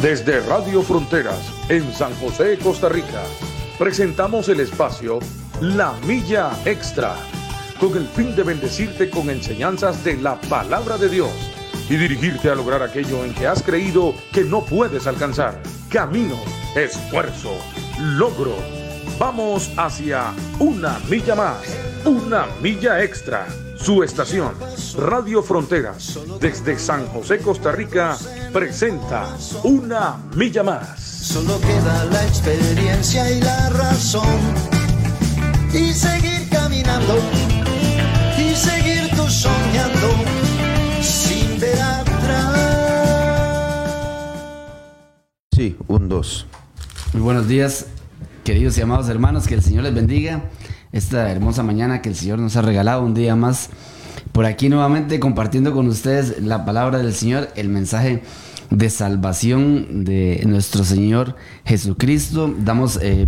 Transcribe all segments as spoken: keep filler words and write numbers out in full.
Desde Radio Fronteras, en San José, Costa Rica, presentamos el espacio La Milla Extra, con el fin de bendecirte con enseñanzas de la Palabra de Dios y dirigirte a lograr aquello en que has creído que no puedes alcanzar. Camino, esfuerzo, logro. Vamos hacia una milla más, una milla extra. Su estación, Radio Fronteras, desde San José, Costa Rica, presenta Una Milla Más. Solo queda la experiencia y la razón, y seguir caminando, y seguir tú soñando, sin ver atrás. Sí, un, dos. Muy buenos días, queridos y amados hermanos, que el Señor les bendiga. Esta hermosa mañana que el Señor nos ha regalado, un día más por aquí nuevamente compartiendo con ustedes la palabra del Señor, el mensaje de salvación de nuestro Señor Jesucristo. Damos eh,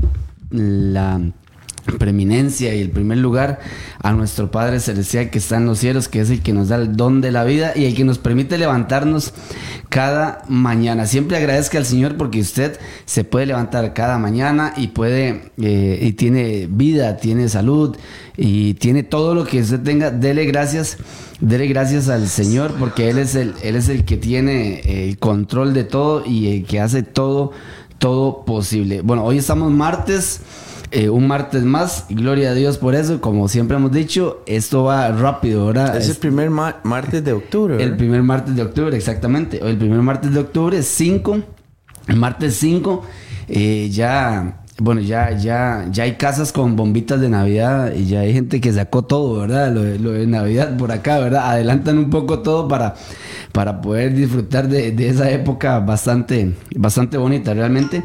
la preeminencia y el primer lugar a nuestro Padre Celestial que está en los cielos, que es el que nos da el don de la vida y el que nos permite levantarnos cada mañana. Siempre agradezca al Señor porque usted se puede levantar cada mañana y puede eh, y tiene vida, tiene salud y tiene todo lo que usted tenga. Dele gracias, dele gracias al Señor porque Él es el, Él es el que tiene el control de todo y el que hace todo, todo posible. Bueno, hoy estamos martes. Eh, un martes más, gloria a Dios por eso. Como siempre hemos dicho, esto va rápido, ¿verdad? Es el primer ma- martes de octubre, ¿verdad? El primer martes de octubre, exactamente. El primer martes de octubre, cinco. El martes cinco, eh, ya, bueno, ya, ya, ya hay casas con bombitas de Navidad y ya hay gente que sacó todo, ¿verdad? Lo de, lo de Navidad por acá, ¿verdad? Adelantan un poco todo para, para poder disfrutar de, de esa época bastante, bastante bonita, realmente.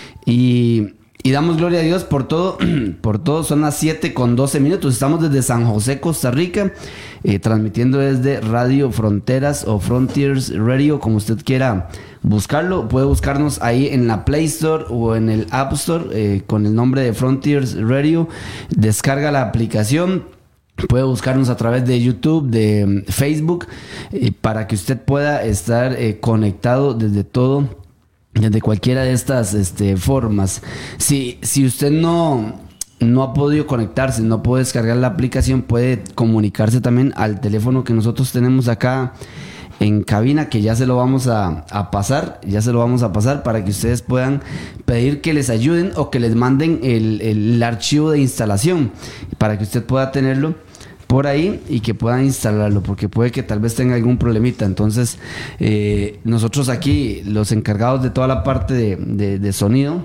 Y... Y damos gloria a Dios por todo, por todo. Son las siete con doce minutos. Estamos desde San José, Costa Rica, eh, transmitiendo desde Radio Fronteras o Frontiers Radio, como usted quiera buscarlo. Puede buscarnos ahí en la Play Store o en el App Store eh, con el nombre de Frontiers Radio. Descarga la aplicación. Puede buscarnos a través de YouTube, de Facebook, eh, para que usted pueda estar eh, conectado desde todo. Desde cualquiera de estas este, formas. Si, si usted no, no ha podido conectarse, no puede descargar la aplicación, puede comunicarse también al teléfono que nosotros tenemos acá en cabina, que ya se lo vamos a, a pasar, ya se lo vamos a pasar para que ustedes puedan pedir que les ayuden o que les manden el, el archivo de instalación para que usted pueda tenerlo por ahí y que puedan instalarlo, porque puede que tal vez tenga algún problemita. Entonces eh, nosotros aquí, los encargados de toda la parte de, de, de sonido,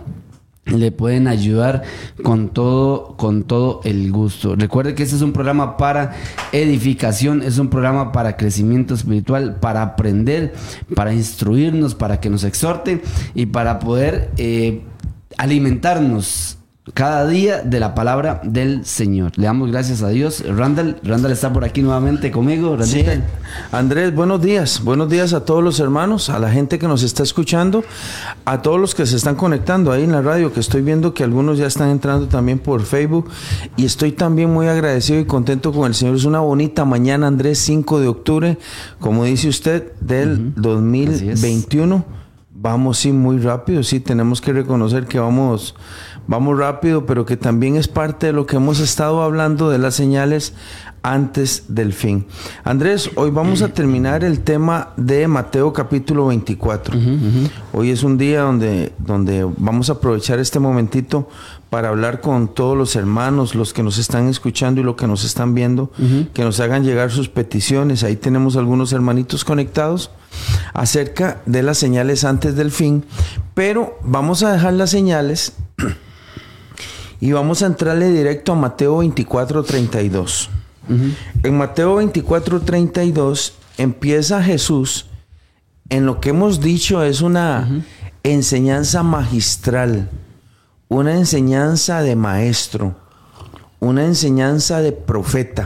le pueden ayudar con todo, con todo el gusto. Recuerde que este es un programa para edificación, es un programa para crecimiento espiritual, para aprender, para instruirnos, para que nos exhorte y para poder eh, alimentarnos cada día de la palabra del Señor. Le damos gracias a Dios. Randall, Randall está por aquí nuevamente conmigo. Sí. Andrés, buenos días. Buenos días a todos los hermanos, a la gente que nos está escuchando, a todos los que se están conectando ahí en la radio, que estoy viendo que algunos ya están entrando también por Facebook. Y estoy también muy agradecido y contento con el Señor. Es una bonita mañana, Andrés, cinco de octubre, como dice usted, del uh-huh. dos mil veintiuno. Vamos, sí, muy rápido. Sí, tenemos que reconocer que vamos... Vamos rápido, pero que también es parte de lo que hemos estado hablando de las señales antes del fin. Andrés, hoy vamos a terminar el tema de Mateo capítulo veinticuatro. Uh-huh, uh-huh. Hoy es un día donde, donde vamos a aprovechar este momentito para hablar con todos los hermanos, los que nos están escuchando y los que nos están viendo, uh-huh. que nos hagan llegar sus peticiones. Ahí tenemos algunos hermanitos conectados acerca de las señales antes del fin, pero vamos a dejar las señales y vamos a entrarle directo a Mateo veinticuatro treinta y dos. Uh-huh. En Mateo veinticuatro treinta y dos empieza Jesús en lo que hemos dicho es una uh-huh. enseñanza magistral, una enseñanza de maestro, una enseñanza de profeta,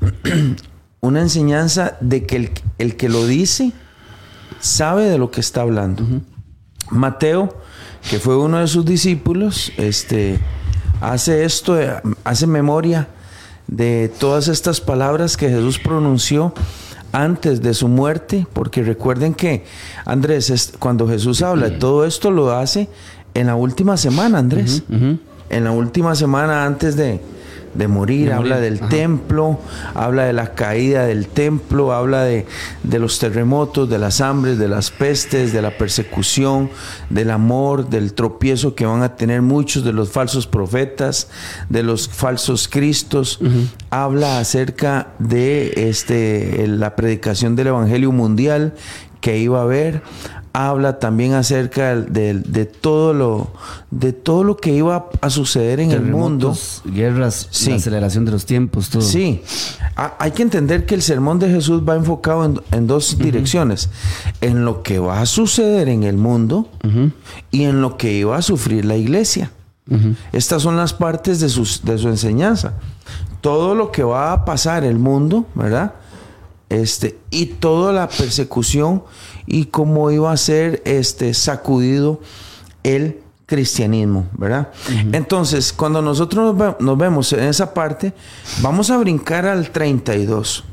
una enseñanza de que el, el que lo dice sabe de lo que está hablando. Uh-huh. Mateo, que fue uno de sus discípulos, este, hace esto, hace memoria de todas estas palabras que Jesús pronunció antes de su muerte, porque recuerden que, Andrés, es, cuando Jesús habla de todo esto, lo hace en la última semana, Andrés. Uh-huh, uh-huh. En la última semana antes de, de morir, de habla morir. del Ajá. templo, habla de la caída del templo, habla de, de los terremotos, de las hambres, de las pestes, de la persecución, del amor, del tropiezo que van a tener muchos de los falsos profetas, de los falsos cristos. Uh-huh. Habla acerca de este, la predicación del evangelio mundial que iba a haber. Habla también acerca de, de todo lo de todo lo que iba a suceder en el mundo, guerras, sí. la aceleración de los tiempos, todo. Sí, a, hay que entender que el sermón de Jesús va enfocado en, en dos uh-huh. direcciones: en lo que va a suceder en el mundo uh-huh. y en lo que iba a sufrir la iglesia. Uh-huh. Estas son las partes de, sus, de su enseñanza. Todo lo que va a pasar el mundo, ¿verdad? Este, y toda la persecución y cómo iba a ser este, sacudido el cristianismo, ¿verdad? Uh-huh. Entonces, cuando nosotros nos, ve- nos vemos en esa parte, vamos a brincar al treinta y dos.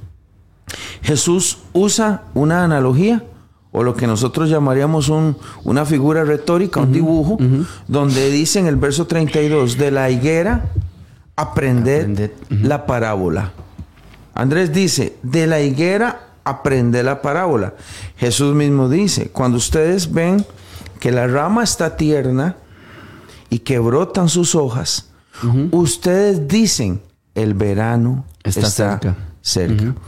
Jesús usa una analogía, o lo que nosotros llamaríamos un, una figura retórica, uh-huh. un dibujo, uh-huh. donde dice en el verso treinta y dos, de la higuera aprended, aprended. Uh-huh. la parábola. Andrés dice, de la higuera aprende la parábola. Jesús mismo dice, cuando ustedes ven que la rama está tierna y que brotan sus hojas, uh-huh. ustedes dicen, el verano está, está cerca. cerca. Uh-huh.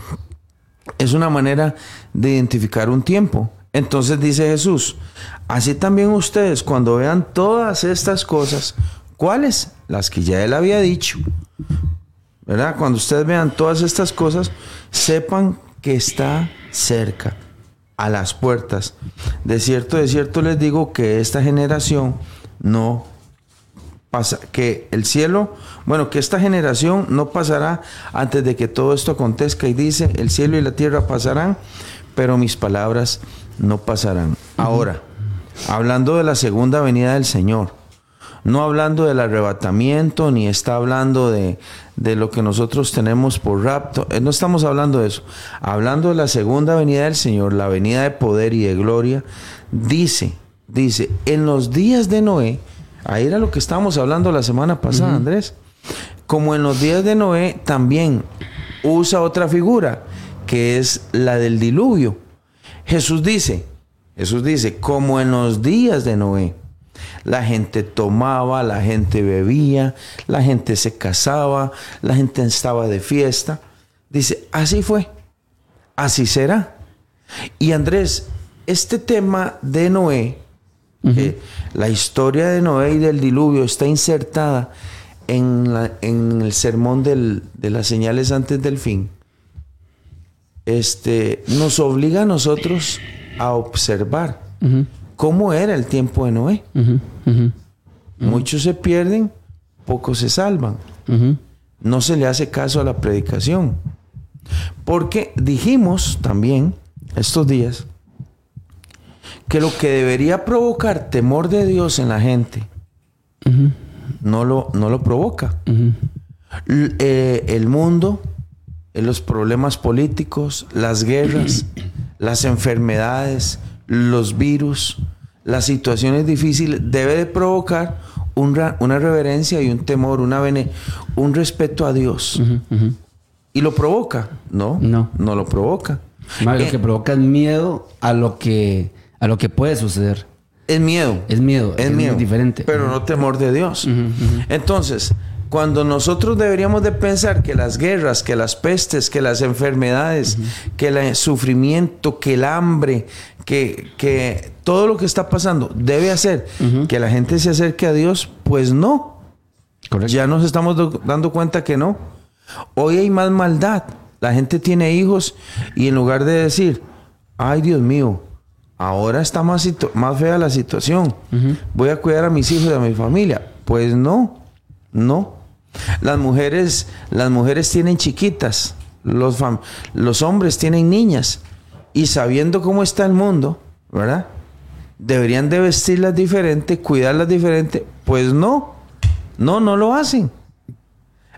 Es una manera de identificar un tiempo. Entonces dice Jesús, así también ustedes cuando vean todas estas cosas, ¿cuáles? Las que ya él había dicho, ¿verdad? Cuando ustedes vean todas estas cosas, sepan que está cerca, a las puertas. De cierto, de cierto les digo que esta generación no pasa, que el cielo, bueno, que esta generación no pasará antes de que todo esto acontezca. Y dice, el cielo y la tierra pasarán, pero mis palabras no pasarán. Uh-huh. Ahora, hablando de la segunda venida del Señor, no hablando del arrebatamiento, ni está hablando de, de lo que nosotros tenemos por rapto. No estamos hablando de eso. Hablando de la segunda venida del Señor, la venida de poder y de gloria, dice, dice, en los días de Noé, ahí era lo que estábamos hablando la semana pasada, uh-huh. Andrés, como en los días de Noé, también usa otra figura, que es la del diluvio. Jesús dice, Jesús dice, como en los días de Noé, la gente tomaba, la gente bebía, la gente se casaba, la gente estaba de fiesta. Dice, así fue, así será. Y Andrés, este tema de Noé, uh-huh. eh, la historia de Noé y del diluvio está insertada en, la, en el sermón del, de las señales antes del fin. Este, nos obliga a nosotros a observar uh-huh. cómo era el tiempo de Noé. Uh-huh, uh-huh, Muchos uh-huh. se pierden, pocos se salvan. Uh-huh. No se le hace caso a la predicación. Porque dijimos también estos días que lo que debería provocar temor de Dios en la gente uh-huh. no, lo, no lo provoca. Uh-huh. L- eh, el mundo, eh, los problemas políticos, las guerras, las enfermedades, los virus, las situaciones difíciles, debe de provocar un ra- una reverencia y un temor, una bene- un respeto a Dios. Uh-huh, uh-huh. ¿Y lo provoca? No, no, no lo provoca. Más eh, lo que provoca es miedo a lo que, a lo que puede suceder. Es miedo. Es miedo. Es, es miedo. Diferente. Pero uh-huh. no temor de Dios. Uh-huh, uh-huh. Entonces, cuando nosotros deberíamos de pensar que las guerras, que las pestes, que las enfermedades, uh-huh. que el sufrimiento, que el hambre, que, que todo lo que está pasando debe hacer uh-huh. que la gente se acerque a Dios, pues no. Correcto. Ya nos estamos do- dando cuenta que no. Hoy hay más maldad. La gente tiene hijos y en lugar de decir, ay Dios mío, ahora está más, situ- más fea la situación, uh-huh. voy a cuidar a mis hijos y a mi familia. Pues no, no. Las mujeres, las mujeres tienen chiquitas, los, fam- los hombres tienen niñas, y sabiendo cómo está el mundo, ¿verdad? Deberían de vestirlas diferente, cuidarlas diferente. Pues no, no, no lo hacen.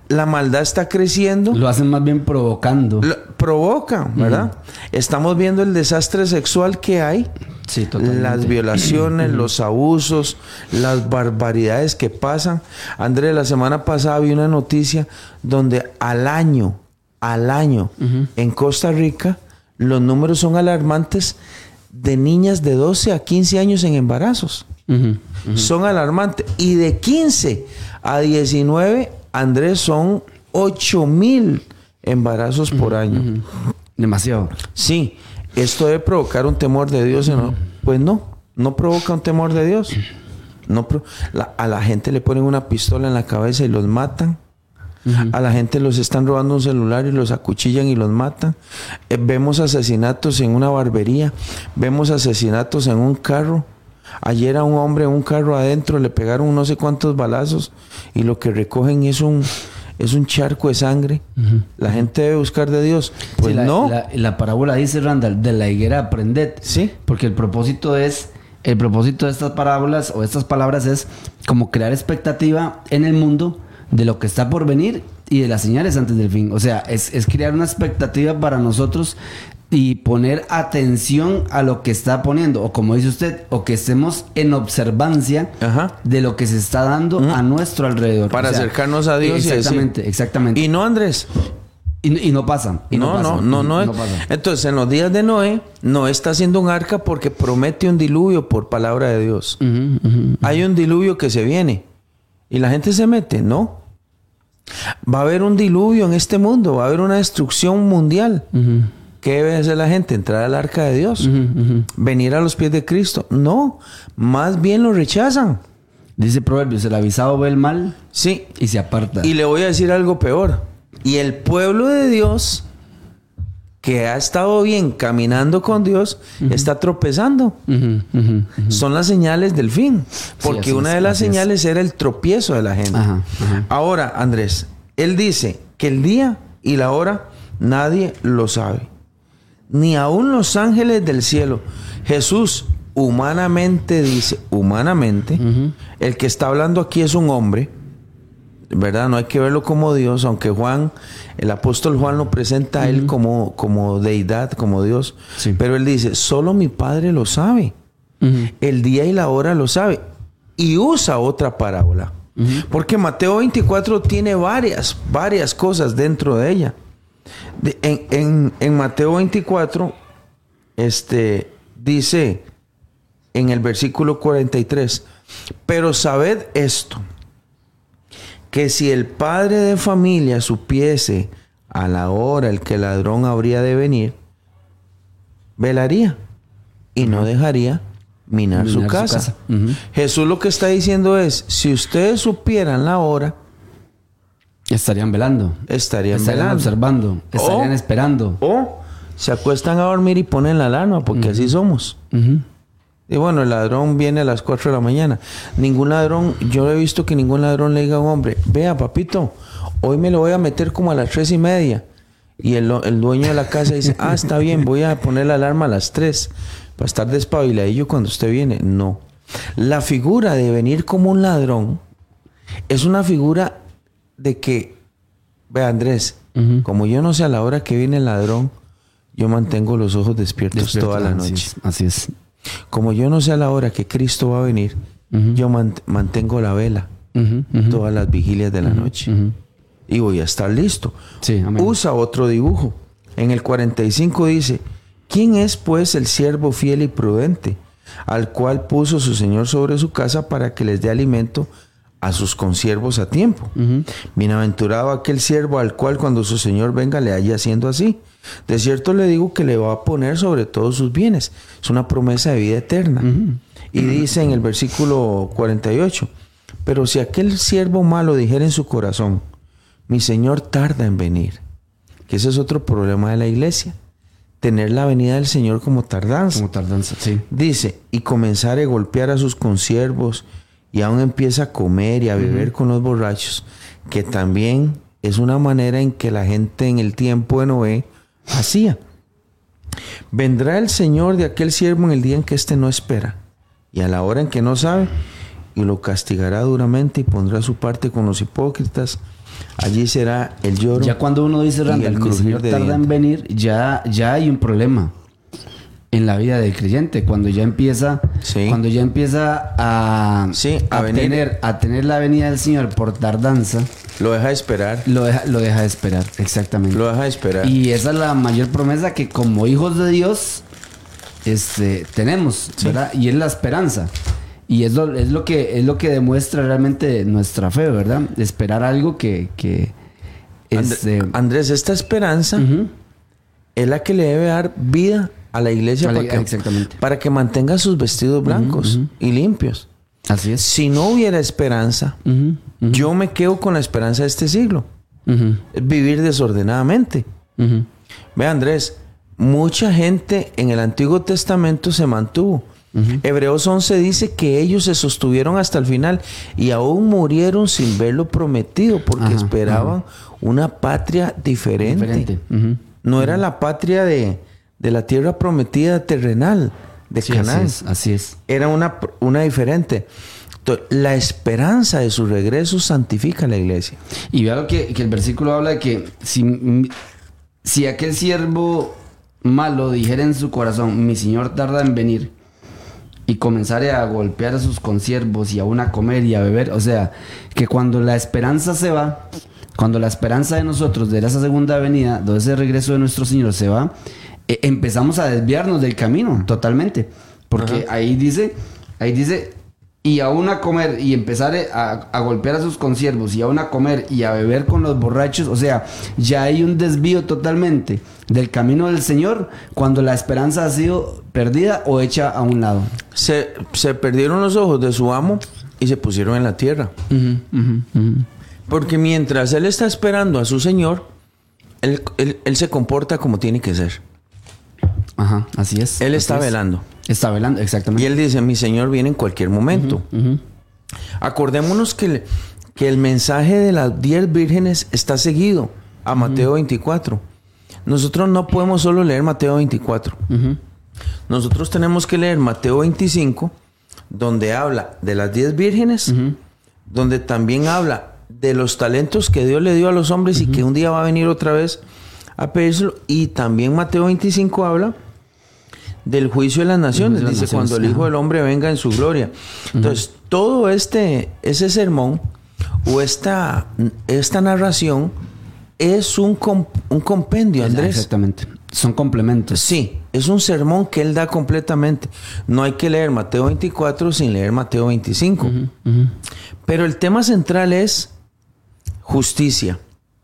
La maldad está creciendo. Lo hacen más bien provocando. Lo, provoca, ¿verdad? Uh-huh. Estamos viendo el desastre sexual que hay. Sí, totalmente. Las violaciones, uh-huh. los abusos, las barbaridades que pasan. Andrés, la semana pasada vi una noticia donde al año, al año, uh-huh. en Costa Rica, los números son alarmantes de niñas de doce a quince años en embarazos. Uh-huh. Uh-huh. Son alarmantes. Y de quince a diecinueve, Andrés, son ocho mil embarazos uh-huh. por año. Uh-huh. Demasiado. Sí. ¿Esto debe provocar un temor de Dios? ¿No? Pues no. No provoca un temor de Dios. No pro- la, a la gente le ponen una pistola en la cabeza y los matan. Uh-huh. A la gente los están robando un celular y los acuchillan y los matan. Eh, vemos asesinatos en una barbería. Vemos asesinatos en un carro. Ayer a un hombre en un carro adentro le pegaron no sé cuántos balazos y lo que recogen es un es un charco de sangre. Uh-huh. La gente debe buscar de Dios. Pues sí, la, no. La, la parábola dice, Randall, de la higuera aprended. Sí. Porque el propósito es, el propósito de estas parábolas o estas palabras es como crear expectativa en el mundo de lo que está por venir y de las señales antes del fin. O sea, es, es crear una expectativa para nosotros y poner atención a lo que está poniendo, o como dice usted, o que estemos en observancia Ajá. de lo que se está dando uh-huh. a nuestro alrededor. Para o sea, acercarnos a Dios. Exactamente, y decir, exactamente. Y no, Andrés. Y, y no pasa. Y no, no, no, pasa, no, no, y, no, no pasa. Entonces, en los días de Noé, Noé está haciendo un arca porque promete un diluvio por palabra de Dios. Uh-huh, uh-huh, uh-huh. Hay un diluvio que se viene. Y la gente se mete, ¿no? Va a haber un diluvio en este mundo. Va a haber una destrucción mundial. Uh-huh. ¿Qué debe hacer la gente? ¿Entrar al arca de Dios? Uh-huh, uh-huh. ¿Venir a los pies de Cristo? No, más bien lo rechazan. Dice Proverbios, el avisado ve el mal sí. y se aparta. Y le voy a decir algo peor. Y el pueblo de Dios, que ha estado bien caminando con Dios, uh-huh. está tropezando. Uh-huh, uh-huh, uh-huh. Son las señales del fin. Porque sí, una es, de las señales es. era el tropiezo de la gente. Uh-huh, uh-huh. Ahora, Andrés, él dice que el día y la hora nadie lo sabe. Ni aún los ángeles del cielo. Jesús humanamente dice, humanamente, uh-huh. el que está hablando aquí es un hombre, ¿verdad? No hay que verlo como Dios, aunque Juan, el apóstol Juan lo presenta a uh-huh. él como, como deidad, como Dios. Sí. Pero él dice, solo mi Padre lo sabe. Uh-huh. El día y la hora lo sabe. Y usa otra parábola. Uh-huh. Porque Mateo veinticuatro tiene varias, varias cosas dentro de ella. De, en, en, en Mateo veinticuatro, este, dice en el versículo cuarenta y tres, pero sabed esto, que si el padre de familia supiese a la hora en que el ladrón habría de venir, velaría y no dejaría minar, minar su casa. Su casa. Uh-huh. Jesús lo que está diciendo es, si ustedes supieran la hora, estarían velando. Estarían, estarían velando. observando. Estarían o, esperando. O se acuestan a dormir y ponen la alarma, porque uh-huh. así somos. Uh-huh. Y bueno, el ladrón viene a las cuatro de la mañana. Ningún ladrón, yo he visto que ningún ladrón le diga a un hombre, vea papito, hoy me lo voy a meter como a las tres y media. Y el, el dueño de la casa dice, ah, está bien, voy a poner la alarma a las tres para estar despabiladillo cuando usted viene. No. La figura de venir como un ladrón es una figura de que, vea Andrés, uh-huh. como yo no sé a la hora que viene el ladrón, yo mantengo los ojos despiertos Despierto, toda la noche. Así es, así es. Como yo no sé a la hora que Cristo va a venir, uh-huh. yo mant- mantengo la vela uh-huh, uh-huh. todas las vigilias de la uh-huh, noche. Uh-huh. Y voy a estar listo. Sí, amén. Usa otro dibujo. En el cuarenta y cinco dice, ¿quién es pues el siervo fiel y prudente, al cual puso su señor sobre su casa para que les dé alimento a sus consiervos a tiempo? Uh-huh. Bienaventurado aquel siervo al cual cuando su señor venga le haya haciendo así. De cierto le digo que le va a poner sobre todos sus bienes. Es una promesa de vida eterna. Uh-huh. Y dice en el versículo cuarenta y ocho, pero si aquel siervo malo dijera en su corazón, mi señor tarda en venir, que ese es otro problema de la iglesia, tener la venida del Señor como tardanza. Como tardanza, sí. Dice, y comenzar a golpear a sus consiervos, y aún empieza a comer y a beber uh-huh. con los borrachos, que también es una manera en que la gente en el tiempo de Noé hacía. Vendrá el Señor de aquel siervo en el día en que éste no espera, y a la hora en que no sabe, y lo castigará duramente y pondrá su parte con los hipócritas, allí será el lloro. Ya cuando uno dice, Randall, el Señor tarda en venir, ya, ya hay un problema en la vida del creyente. Cuando ya empieza, sí. cuando ya empieza a, sí, a, a tener, a tener la venida del Señor por tardanza, lo deja de esperar. Lo deja, lo deja de esperar, exactamente. Lo deja de esperar. Y esa es la mayor promesa que como hijos de Dios este, tenemos, sí. ¿verdad? Y es la esperanza. Y es lo, es lo que es lo que demuestra realmente nuestra fe, ¿verdad? Esperar algo que, que este... Andrés, esta esperanza uh-huh. es la que le debe dar vida a la iglesia a la, para, que, exactamente. para que mantenga sus vestidos blancos uh-huh, uh-huh. y limpios. Así es. Si no hubiera esperanza, uh-huh, uh-huh. yo me quedo con la esperanza de este siglo. Uh-huh. Es vivir desordenadamente. Uh-huh. Ve, Andrés, mucha gente en el Antiguo Testamento se mantuvo. Uh-huh. Hebreos once dice que ellos se sostuvieron hasta el final y aún murieron sin ver lo prometido porque uh-huh, esperaban uh-huh. una patria diferente. diferente. Uh-huh. No uh-huh. era la patria de, de la tierra prometida terrenal de sí, Canaán. Así es, así es. Era una, una diferente. Entonces, la esperanza de su regreso santifica a la iglesia. Y vea lo que, que el versículo habla de que si, si aquel siervo malo dijera en su corazón, mi Señor tarda en venir, y comenzare a golpear a sus consiervos y aún a comer y a beber. O sea, que cuando la esperanza se va, cuando la esperanza de nosotros, de esa segunda venida, de ese regreso de nuestro Señor se va, eh, empezamos a desviarnos del camino totalmente. Porque Ajá. ahí dice, ahí dice, y aún a comer y empezar a, a golpear a sus consiervos y aún a comer y a beber con los borrachos. O sea, ya hay un desvío totalmente del camino del Señor cuando la esperanza ha sido perdida o hecha a un lado. Se, se perdieron los ojos de su amo y se pusieron en la tierra. Uh-huh, uh-huh, uh-huh. Porque mientras él está esperando a su Señor, él, él, él se comporta como tiene que ser. Ajá, así es. Él así está es. velando. Está velando, exactamente. Y él dice, mi Señor viene en cualquier momento. Uh-huh, uh-huh. Acordémonos que, el, que el mensaje de las diez vírgenes está seguido a Mateo uh-huh. veinticuatro. Nosotros no podemos solo leer Mateo veinticuatro. Uh-huh. Nosotros tenemos que leer Mateo veinticinco, donde habla de las diez vírgenes, uh-huh. donde también habla de los talentos que Dios le dio a los hombres uh-huh. y que un día va a venir otra vez a pedírselo. Y también Mateo veinticinco habla del juicio de las naciones. De las Dice, naciones, cuando el Hijo del Hombre venga en su gloria. Uh-huh. Entonces, todo este, ese sermón o esta, esta narración es un, comp- un compendio, Andrés. Exactamente. Son complementos. Sí, es un sermón que él da completamente. No hay que leer Mateo veinticuatro sin leer Mateo veinticinco. Uh-huh, uh-huh. Pero el tema central es justicia.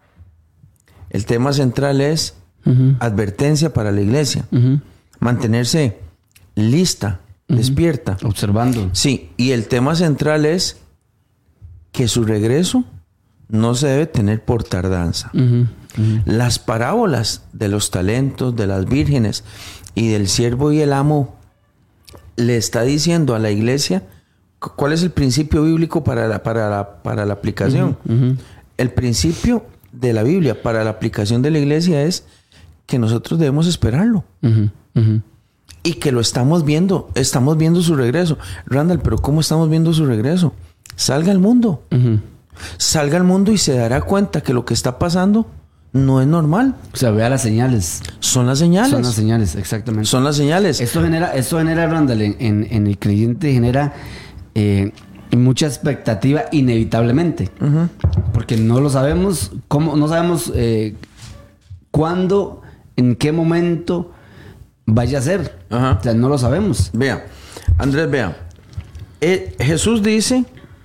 El tema central es uh-huh. advertencia para la iglesia. Uh-huh. Mantenerse lista, uh-huh. despierta. Observando. Sí, y el tema central es que su regreso no se debe tener por tardanza. Uh-huh. Uh-huh. Las parábolas de los talentos, de las vírgenes y del siervo y el amo le está diciendo a la iglesia cuál es el principio bíblico para la, para la, para la aplicación. Uh-huh. Uh-huh. El principio de la Biblia para la aplicación de la iglesia es que nosotros debemos esperarlo. Uh-huh. Uh-huh. Y que lo estamos viendo. Estamos viendo su regreso. Randall, ¿pero cómo estamos viendo su regreso? Salga al mundo. Uh-huh. Salga al mundo y se dará cuenta que lo que está pasando no es normal. O sea, vea las señales. Son las señales. Son las señales, exactamente. Son las señales. Esto genera, esto genera, Randall, en, en, en el creyente genera eh, mucha expectativa inevitablemente. Uh-huh. Porque no lo sabemos, cómo, no sabemos eh, cuándo, en qué momento vaya a ser. Uh-huh. O sea, no lo sabemos. Vea, Andrés, vea. Eh, Jesús dice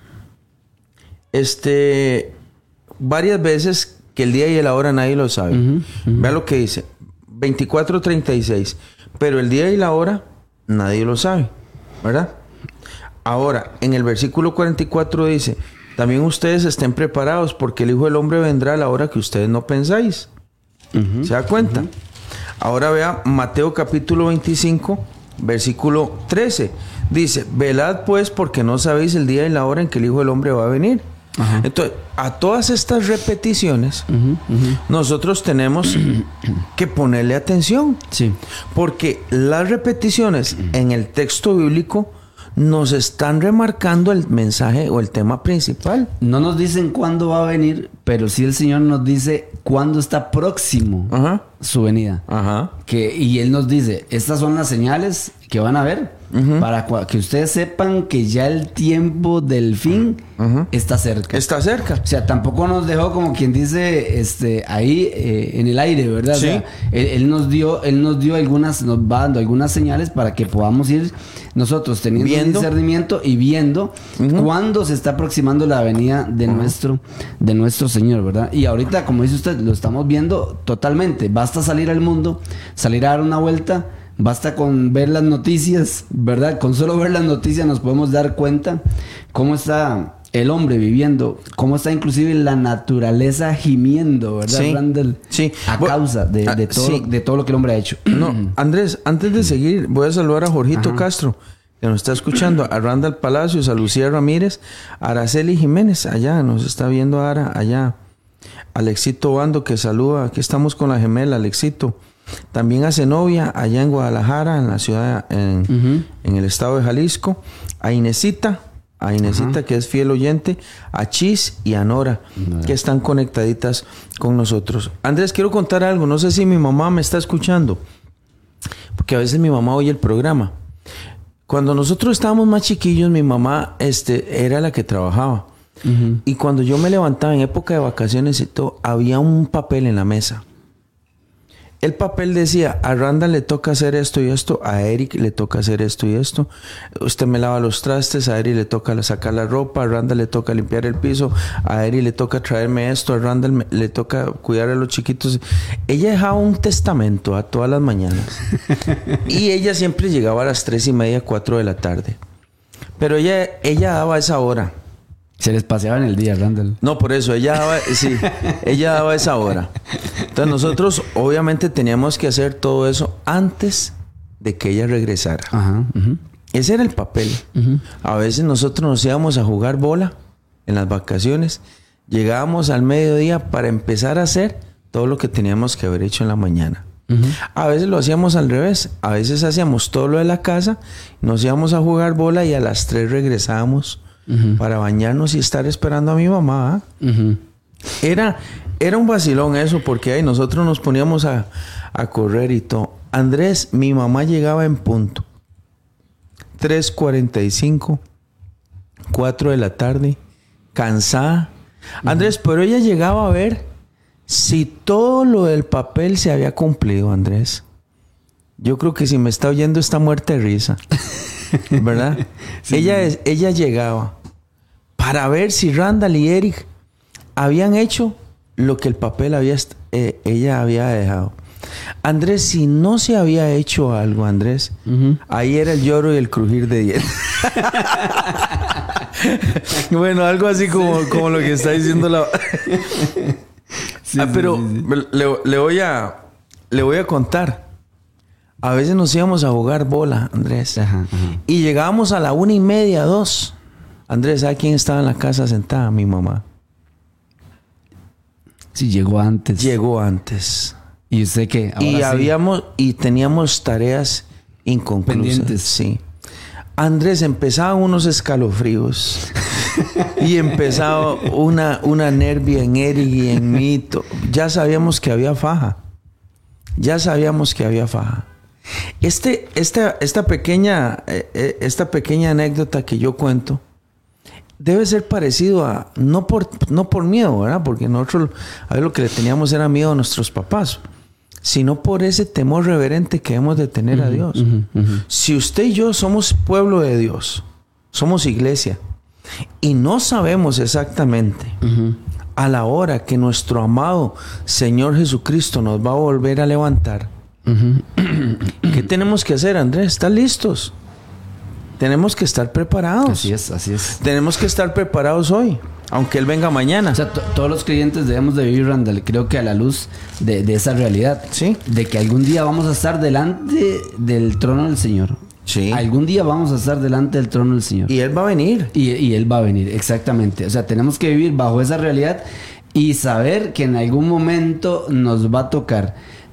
este varias veces que el día y la hora nadie lo sabe. Uh-huh, uh-huh. Vea lo que dice. veinticuatro treinta y seis. Pero el día y la hora nadie lo sabe. ¿Verdad? Ahora, en el versículo cuarenta y cuatro dice, también ustedes estén preparados porque el Hijo del Hombre vendrá a la hora que ustedes no pensáis. Uh-huh, ¿se da cuenta? Uh-huh. Ahora vea Mateo capítulo veinticinco, versículo trece. Dice, velad pues porque no sabéis el día y la hora en que el Hijo del Hombre va a venir. Uh-huh. Entonces, a todas estas repeticiones, uh-huh, uh-huh. nosotros tenemos que ponerle atención. Sí. Porque las repeticiones uh-huh. en el texto bíblico nos están remarcando el mensaje o el tema principal. No nos dicen cuándo va a venir, pero sí el Señor nos dice cuándo está próximo Ajá. su venida. Ajá. Que, y Él nos dice, estas son las señales que van a ver, uh-huh, para cua- que ustedes sepan que ya el tiempo del fin, uh-huh, está cerca. Está cerca. O sea, tampoco nos dejó como quien dice este, ahí eh, en el aire, ¿verdad? Sí. O sea, él, él nos dio, él nos dio algunas, nos va dando algunas señales para que podamos ir nosotros teniendo Viendo. discernimiento y viendo, uh-huh, cuándo se está aproximando la venida de, uh-huh, nuestro, de nuestro Señor, ¿verdad? Y ahorita, como dice usted, lo estamos viendo totalmente. Basta salir al mundo, salir a dar una vuelta. Basta con ver las noticias, ¿verdad? Con solo ver las noticias nos podemos dar cuenta cómo está el hombre viviendo, cómo está inclusive la naturaleza gimiendo, ¿verdad, sí, Randall? Sí. A causa de, de, todo, sí. de todo lo que el hombre ha hecho. No, Andrés, antes de seguir, voy a saludar a Jorgito, ajá, Castro, que nos está escuchando, a Randall Palacios, a Lucía Ramírez, a Araceli Jiménez, allá, nos está viendo Ara, allá. Alexito Bando, que saluda, aquí estamos con la gemela, Alexito. También a Zenobia, allá en Guadalajara, en la ciudad, en, uh-huh, en el estado de Jalisco. A Inesita, a Inesita, uh-huh, que es fiel oyente. A Chis y a Nora, uh-huh, que están conectaditas con nosotros. Andrés, quiero contar algo. No sé si mi mamá me está escuchando, porque a veces mi mamá oye el programa. Cuando nosotros estábamos más chiquillos, mi mamá este, era la que trabajaba. Uh-huh. Y cuando yo me levantaba en época de vacaciones y todo, había un papel en la mesa. El papel decía, a Randall le toca hacer esto y esto, a Eric le toca hacer esto y esto. Usted me lava los trastes, a Eric le toca sacar la ropa, a Randall le toca limpiar el piso, a Eric le toca traerme esto, a Randall me, le toca cuidar a los chiquitos. Ella dejaba un testamento a todas las mañanas. Y ella siempre llegaba a las tres y media, cuatro de la tarde. Pero ella, ella daba esa hora. Se les paseaba en el día, Randall. No, por eso, ella daba, sí, ella daba esa hora. Entonces nosotros obviamente teníamos que hacer todo eso antes de que ella regresara. Ajá, uh-huh. Ese era el papel. Uh-huh. A veces nosotros nos íbamos a jugar bola en las vacaciones. Llegábamos al mediodía para empezar a hacer todo lo que teníamos que haber hecho en la mañana. Uh-huh. A veces lo hacíamos al revés. A veces hacíamos todo lo de la casa, nos íbamos a jugar bola y a las tres regresábamos. Uh-huh. Para bañarnos y estar esperando a mi mamá. Uh-huh. Era, era un vacilón eso, porque ahí nosotros nos poníamos a, a correr y todo. Andrés, mi mamá llegaba en punto. tres cuarenta y cinco, cuatro de la tarde, cansada. Uh-huh. Andrés, pero ella llegaba a ver si todo lo del papel se había cumplido, Andrés. Yo creo que si me está oyendo está muerta de risa. ¿Verdad? Sí. Ella, ella llegaba para ver si Randall y Eric habían hecho lo que el papel había, eh, ella había dejado. Andrés, si no se había hecho algo, Andrés, uh-huh, ahí era el lloro y el crujir de dientes. Bueno, algo así como, sí, como lo que está diciendo la... Sí, ah, pero sí, sí, sí. Le, le voy a le voy a contar. A veces nos íbamos a jugar bola, Andrés. Ajá, ajá. Y llegábamos a la una y media, dos. Andrés, ¿sabe quién estaba en la casa sentada? Mi mamá. Sí, llegó antes. Llegó antes. ¿Y usted qué? Ahora y sí. habíamos, y teníamos tareas inconclusas. Pendientes. Sí. Andrés, empezaban unos escalofríos. Y empezaba una, una nervia en Eric y en mí. Ya sabíamos que había faja. Ya sabíamos que había faja. Este, esta, esta, pequeña, eh, esta pequeña anécdota que yo cuento debe ser parecido a... No por, no por miedo, ¿verdad? Porque nosotros a ver, lo que le teníamos era miedo a nuestros papás. Sino por ese temor reverente que hemos de tener, uh-huh, a Dios. Uh-huh, uh-huh. Si usted y yo somos pueblo de Dios, somos iglesia, y no sabemos exactamente uh-huh, a la hora que nuestro amado Señor Jesucristo nos va a volver a levantar, uh-huh, ¿qué tenemos que hacer, Andrés? ¿Están listos? Tenemos que estar preparados. Así es, así es. Tenemos que estar preparados hoy, aunque Él venga mañana. O sea, t- todos los creyentes debemos de vivir, Randall, creo que a la luz de, de esa realidad. Sí. De que algún día vamos a estar delante del trono del Señor. Sí. Algún día vamos a estar delante del trono del Señor. Y Él va a venir. Y, y Él va a venir, exactamente. O sea, tenemos que vivir bajo esa realidad y saber que en algún momento nos va a tocar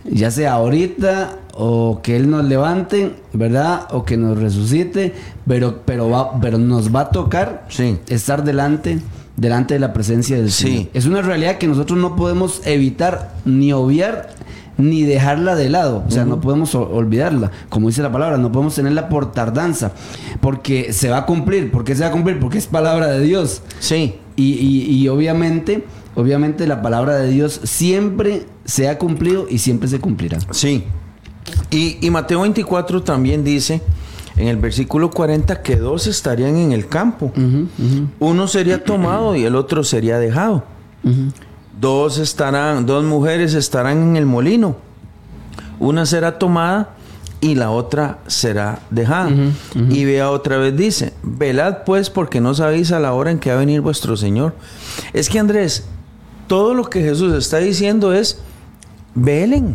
ya sea ahorita o que Él nos levante, ¿verdad? O que nos resucite, pero, pero, va, pero nos va a tocar Sí. estar delante, delante de la presencia del Sí. Señor. Es una realidad que nosotros no podemos evitar ni obviar ni dejarla de lado, o sea, uh-huh. no podemos o- olvidarla, como dice la palabra, no podemos tenerla por tardanza, porque se va a cumplir. ¿Por qué se va a cumplir? Porque es palabra de Dios. Sí. Y, y, y obviamente, obviamente la palabra de Dios siempre se ha cumplido y siempre se cumplirá. Sí. Y, y Mateo veinticuatro también dice, en el versículo cuarenta, que dos estarían en el campo. Uh-huh, uh-huh. Uno sería tomado y el otro sería dejado. Uh-huh. Dos estarán, dos mujeres estarán en el molino. Una será tomada y la otra será dejada. Uh-huh, uh-huh. Y vea otra vez, dice, velad pues porque no sabéis a la hora en que va a venir vuestro Señor. Es que, Andrés, todo lo que Jesús está diciendo es, velen.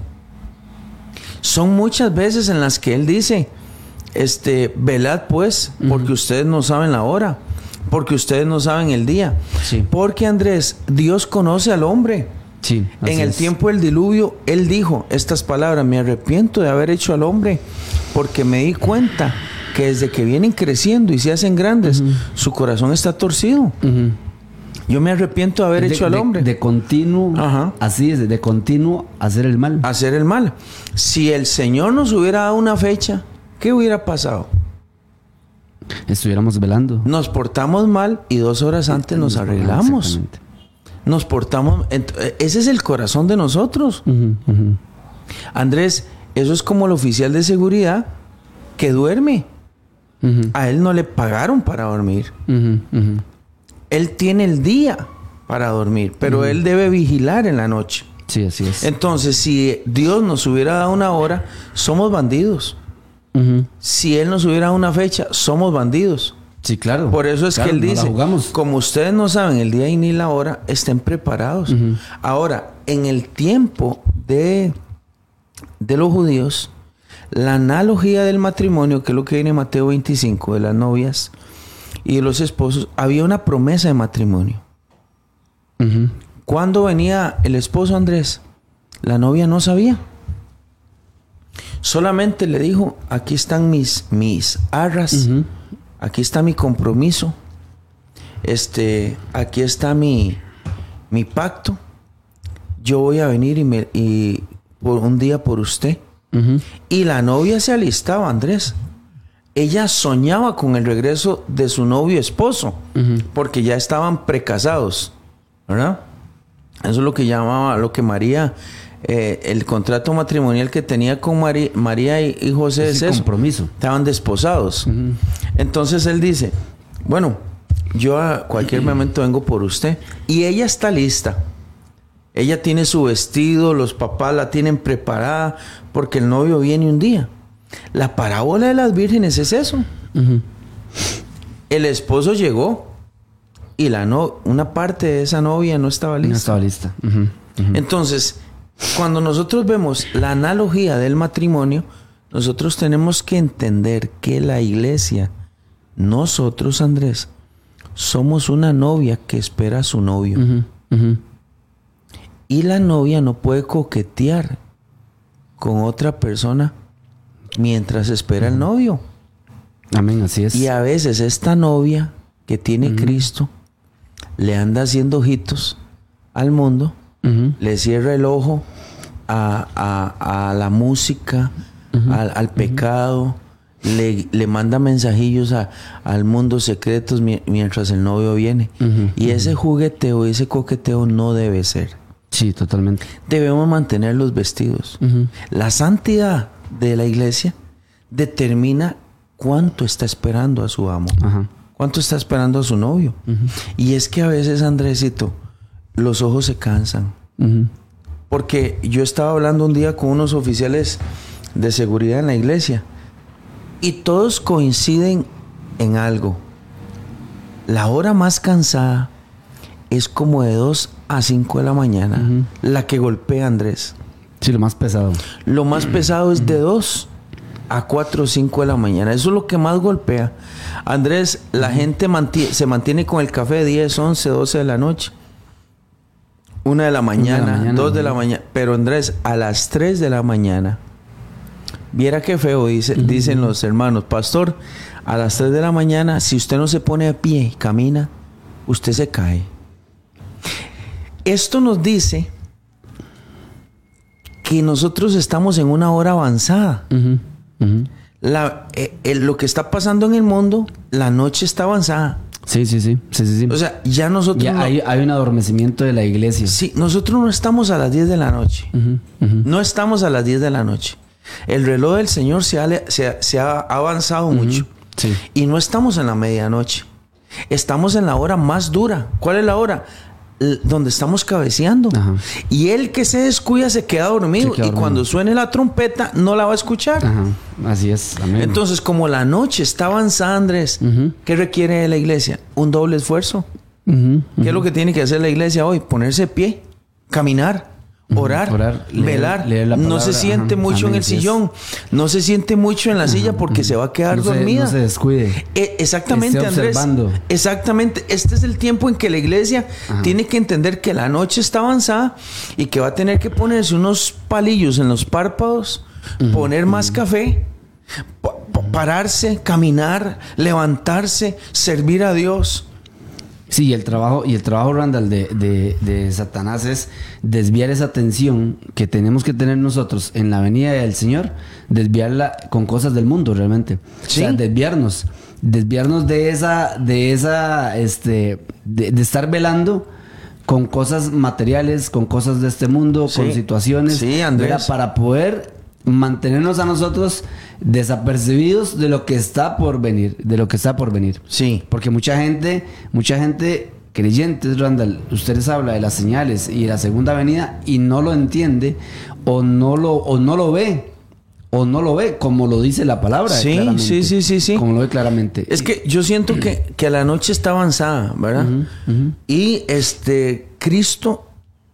Son muchas veces en las que Él dice, este, velad pues, porque uh-huh. ustedes no saben la hora, porque ustedes no saben el día. Sí. Porque, Andrés, Dios conoce al hombre. Sí, en el es. tiempo del diluvio, Él dijo estas palabras: me arrepiento de haber hecho al hombre, porque me di cuenta que desde que vienen creciendo y se hacen grandes, uh-huh. su corazón está torcido. Uh-huh. Yo me arrepiento de haber de, hecho al de, hombre. De continuo, Ajá. así es, de continuo hacer el mal. Hacer el mal. Si el Señor nos hubiera dado una fecha, ¿qué hubiera pasado? Estuviéramos velando. Nos portamos mal y dos horas antes nos arreglamos. Nos portamos... Ese es el corazón de nosotros. Uh-huh, uh-huh. Andrés, eso es como el oficial de seguridad que duerme. Uh-huh. A él no le pagaron para dormir. Uh-huh, uh-huh. Él tiene el día para dormir, pero uh-huh. él debe vigilar en la noche. Sí, así es. Entonces, si Dios nos hubiera dado una hora, somos bandidos. Uh-huh. Si Él nos hubiera dado una fecha, somos bandidos. Sí, claro. Por eso es claro, que Él dice, no como ustedes no saben el día y ni la hora, estén preparados. Uh-huh. Ahora, en el tiempo de, de los judíos, la analogía del matrimonio, que es lo que viene en Mateo veinticinco, de las novias y de los esposos, había una promesa de matrimonio. Uh-huh. ¿Cuándo venía el esposo, Andrés? La novia no sabía. Solamente le dijo, aquí están mis, mis arras, uh-huh. aquí está mi compromiso, este, aquí está mi, mi pacto. Yo voy a venir y, me, y por un día por usted. Uh-huh. Y la novia se alistaba, Andrés. Ella soñaba con el regreso de su novio esposo, uh-huh. porque ya estaban precasados, ¿verdad? Eso es lo que llamaba, lo que María... Eh, el contrato matrimonial que tenía con María, María y, y José es eso. Compromiso. Estaban desposados. Uh-huh. Entonces él dice, bueno, yo a cualquier momento vengo por usted. Y ella está lista. Ella tiene su vestido, los papás la tienen preparada porque el novio viene un día. La parábola de las vírgenes es eso. Uh-huh. El esposo llegó y la no, una parte de esa novia no estaba lista. No estaba lista. Uh-huh. Uh-huh. Entonces, cuando nosotros vemos la analogía del matrimonio, nosotros tenemos que entender que la iglesia, nosotros, Andrés, somos una novia que espera a su novio. Uh-huh, uh-huh. Y la novia no puede coquetear con otra persona mientras espera uh-huh. el novio. Amén, así es. Y a veces esta novia que tiene uh-huh. Cristo le anda haciendo ojitos al mundo. Uh-huh. Le cierra el ojo a, a, a la música, uh-huh. al, al pecado, uh-huh. le, le manda mensajillos a, al mundo secretos mi, mientras el novio viene. Uh-huh. Y ese jugueteo, ese coqueteo no debe ser. Sí, totalmente. Debemos mantener los vestidos. Uh-huh. La santidad de la iglesia determina cuánto está esperando a su amo, uh-huh. cuánto está esperando a su novio. Uh-huh. Y es que a veces, Andresito, los ojos se cansan. Uh-huh. Porque yo estaba hablando un día con unos oficiales de seguridad en la iglesia y todos coinciden en algo. La hora más cansada es como de dos a cinco de la mañana. Uh-huh. La que golpea, Andrés. Sí, lo más pesado. Lo más pesado es de dos a cuatro o cinco de la mañana. Eso es lo que más golpea. Andrés, la uh-huh. gente mantiene, se mantiene con el café diez, once, doce de la noche. Una de la mañana, Una de la mañana, dos de la ajá. mañana. Pero Andrés, a las tres de la mañana, viera qué feo, dice, uh-huh. dicen los hermanos, pastor, a las tres de la mañana, si usted no se pone a pie y camina, usted se cae. Esto nos dice que nosotros estamos en una hora avanzada. Uh-huh. Uh-huh. La, eh, eh, lo que está pasando en el mundo, la noche está avanzada. Sí, sí, sí, sí, sí, sí. O sea, ya nosotros... Ya no, hay, hay un adormecimiento de la iglesia. sí, nosotros no estamos a las diez de la noche. Uh-huh, uh-huh. No estamos a las diez de la noche. El reloj del Señor se ha, se ha, se ha avanzado uh-huh. mucho. Sí. Y no estamos en la medianoche. Estamos en la hora más dura. ¿Cuál es la hora? L- donde estamos cabeceando. Ajá. Y el que se descuida se queda dormido. Se queda y dormido. cuando suene la trompeta, no la va a escuchar. Ajá. Así es. Amén. Entonces, como la noche está avanzada, Andrés, Uh-huh. ¿qué requiere de la iglesia? Un doble esfuerzo. Uh-huh, uh-huh. ¿Qué es lo que tiene que hacer la iglesia hoy? Ponerse de pie, caminar, orar, Orar, leer- velar. leer la no palabra. se siente Ajá. mucho Amén, en el así es. sillón, no se siente mucho en la silla porque Ajá. se va a quedar No se- dormida. no se descuide. Eh, exactamente, Esté Andrés. observando. Exactamente. Este es el tiempo en que la iglesia Ajá. tiene que entender que la noche está avanzada y que va a tener que ponerse unos palillos en los párpados, Uh-huh. poner más café, pa- pa- pararse, caminar, levantarse, servir a Dios. Sí, y el trabajo, y el trabajo, Randall, de, de, de Satanás es desviar esa atención que tenemos que tener nosotros en la venida del Señor, desviarla con cosas del mundo realmente. Sí. O sea, desviarnos. Desviarnos de esa, de esa, este, de, de estar velando con cosas materiales, con cosas de este mundo, Sí. con situaciones. Sí, Andrés. ¿verdad? Para poder mantenernos a nosotros desapercibidos de lo que está por venir, de lo que está por venir. Sí. Porque mucha gente, mucha gente creyentes, Randall, ustedes hablan de las señales y de la segunda venida y no lo entiende o no lo, o no lo ve. O no lo ve como lo dice la palabra. Sí, claramente. sí, sí, sí, sí. Como lo ve claramente. Es que yo siento que, que la noche está avanzada, ¿verdad? Ujú, ujú. Y este Cristo,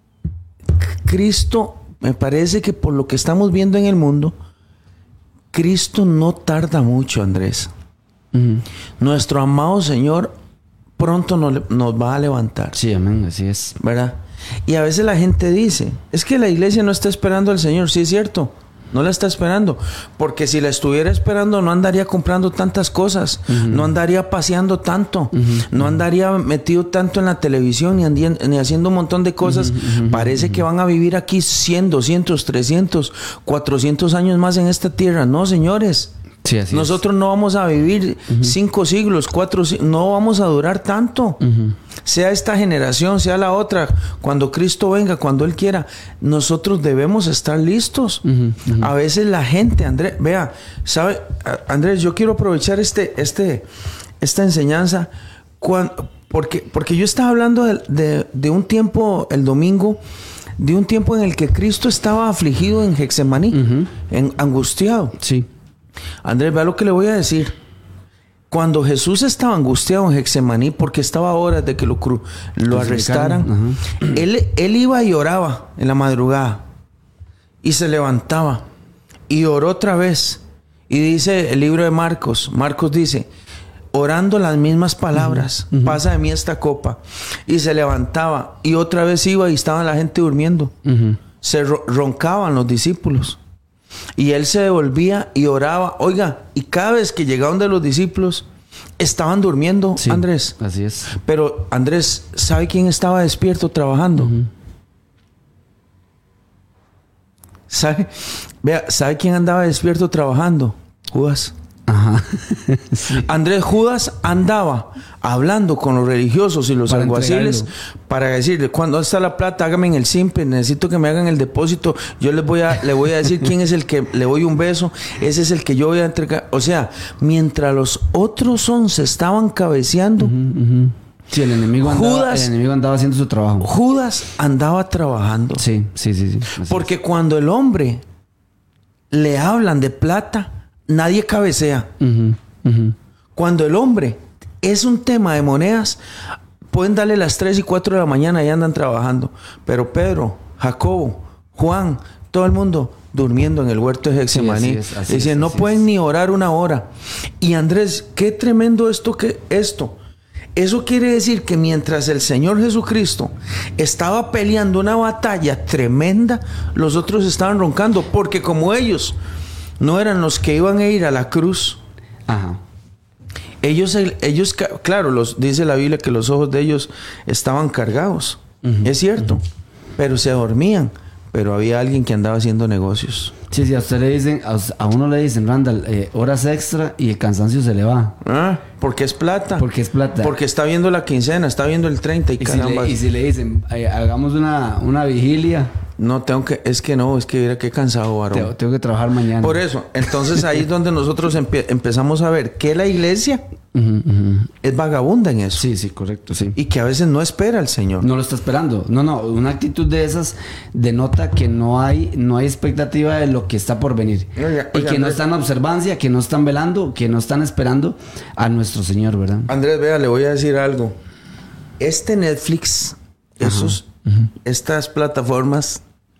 Cristo, me parece que por lo que estamos viendo en el mundo, Cristo no tarda mucho, Andrés. Ujú. Nuestro amado Señor pronto nos, nos va a levantar, Sí, amén, así es. ¿verdad? Y a veces la gente dice, es que la iglesia no está esperando al Señor. Sí, es cierto. No la está esperando, porque si la estuviera esperando no andaría comprando tantas cosas, uh-huh. no andaría paseando tanto, uh-huh. no andaría metido tanto en la televisión ni, andien, ni haciendo un montón de cosas. Uh-huh. Parece uh-huh. que van a vivir aquí cien, doscientos, trescientos, cuatrocientos años más en esta tierra. No, señores. Sí, así Nosotros es. no vamos a vivir uh-huh. cinco siglos, cuatro siglos, no vamos a durar tanto. Uh-huh. Sea esta generación, sea la otra, cuando Cristo venga, cuando Él quiera, nosotros debemos estar listos. Uh-huh. Uh-huh. A veces la gente, Andrés, vea, sabe, Andrés, yo quiero aprovechar este, este, esta enseñanza, cuando, porque, porque yo estaba hablando de, de, de un tiempo, el domingo, de un tiempo en el que Cristo estaba afligido en Getsemaní, uh-huh. en, angustiado. Sí. Andrés, vea lo que le voy a decir. Cuando Jesús estaba angustiado en Getsemaní porque estaba a horas de que lo, cru- lo arrestaran, uh-huh. él, él iba y oraba en la madrugada y se levantaba y oró otra vez. Y dice el libro de Marcos, Marcos dice, orando las mismas palabras, uh-huh. pasa de mí esta copa. Y se levantaba y otra vez iba y estaba la gente durmiendo. Uh-huh. Se ro- roncaban los discípulos. Y él se devolvía y oraba. Oiga, y cada vez que llegaban de los discípulos, estaban durmiendo, sí, Andrés. Así es. Pero, Andrés, ¿sabe quién estaba despierto trabajando? Uh-huh. ¿Sabe? Vea, ¿sabe quién andaba despierto trabajando? Judas. Ajá. Sí. Andrés, Judas andaba hablando con los religiosos y los para alguaciles entregarlo. Para decirle, cuando está la plata, hágame en el simple, necesito que me hagan el depósito, yo les voy a, le voy a decir quién es el que le doy un beso, ese es el que yo voy a entregar. O sea, mientras los otros once estaban cabeceando, uh-huh, uh-huh. Sí, el enemigo, andaba, Judas, el enemigo andaba haciendo su trabajo. Judas andaba trabajando. Sí, sí, sí, sí. Porque es. cuando el hombre le hablan de plata, nadie cabecea. Uh-huh, uh-huh. Cuando el hombre es un tema de monedas, pueden darle las tres y cuatro de la mañana y andan trabajando. Pero Pedro, Jacobo, Juan, todo el mundo durmiendo en el huerto de Getsemaní. Sí, así es, Dicen, no pueden es. ni orar una hora. Y Andrés, qué tremendo esto que esto. Eso quiere decir que mientras el Señor Jesucristo estaba peleando una batalla tremenda, los otros estaban roncando, porque como ellos no eran los que iban a ir a la cruz, Ajá. ellos, ellos claro, los, dice la Biblia que los ojos de ellos estaban cargados. Uh-huh. Es cierto, uh-huh. pero se dormían, pero había alguien que andaba haciendo negocios. Sí, sí, a usted le dicen, a, a uno le dicen, Randall, eh, horas extra y el cansancio se le va. Ah, porque es plata. Porque es plata. Porque está viendo la quincena, está viendo el treinta y, y caramba. Si le, y si le dicen, eh, hagamos una, una vigilia. No, tengo que, es que no, es que mira qué cansado, varón. Tengo, tengo que trabajar mañana. Por eso, entonces ahí es donde nosotros empie- empezamos a ver que la iglesia uh-huh, uh-huh. es vagabunda en eso. Sí, sí, correcto, sí. Y que a veces no espera al Señor. No lo está esperando. No, no, una actitud de esas denota que no hay, no hay expectativa de lo que está por venir. Oiga, y oiga, que Andrés, no están en observancia, que no están velando, que no están esperando a nuestro Señor, ¿verdad? Andrés, vea, le voy a decir algo. Este Netflix, esos, uh-huh. estas plataformas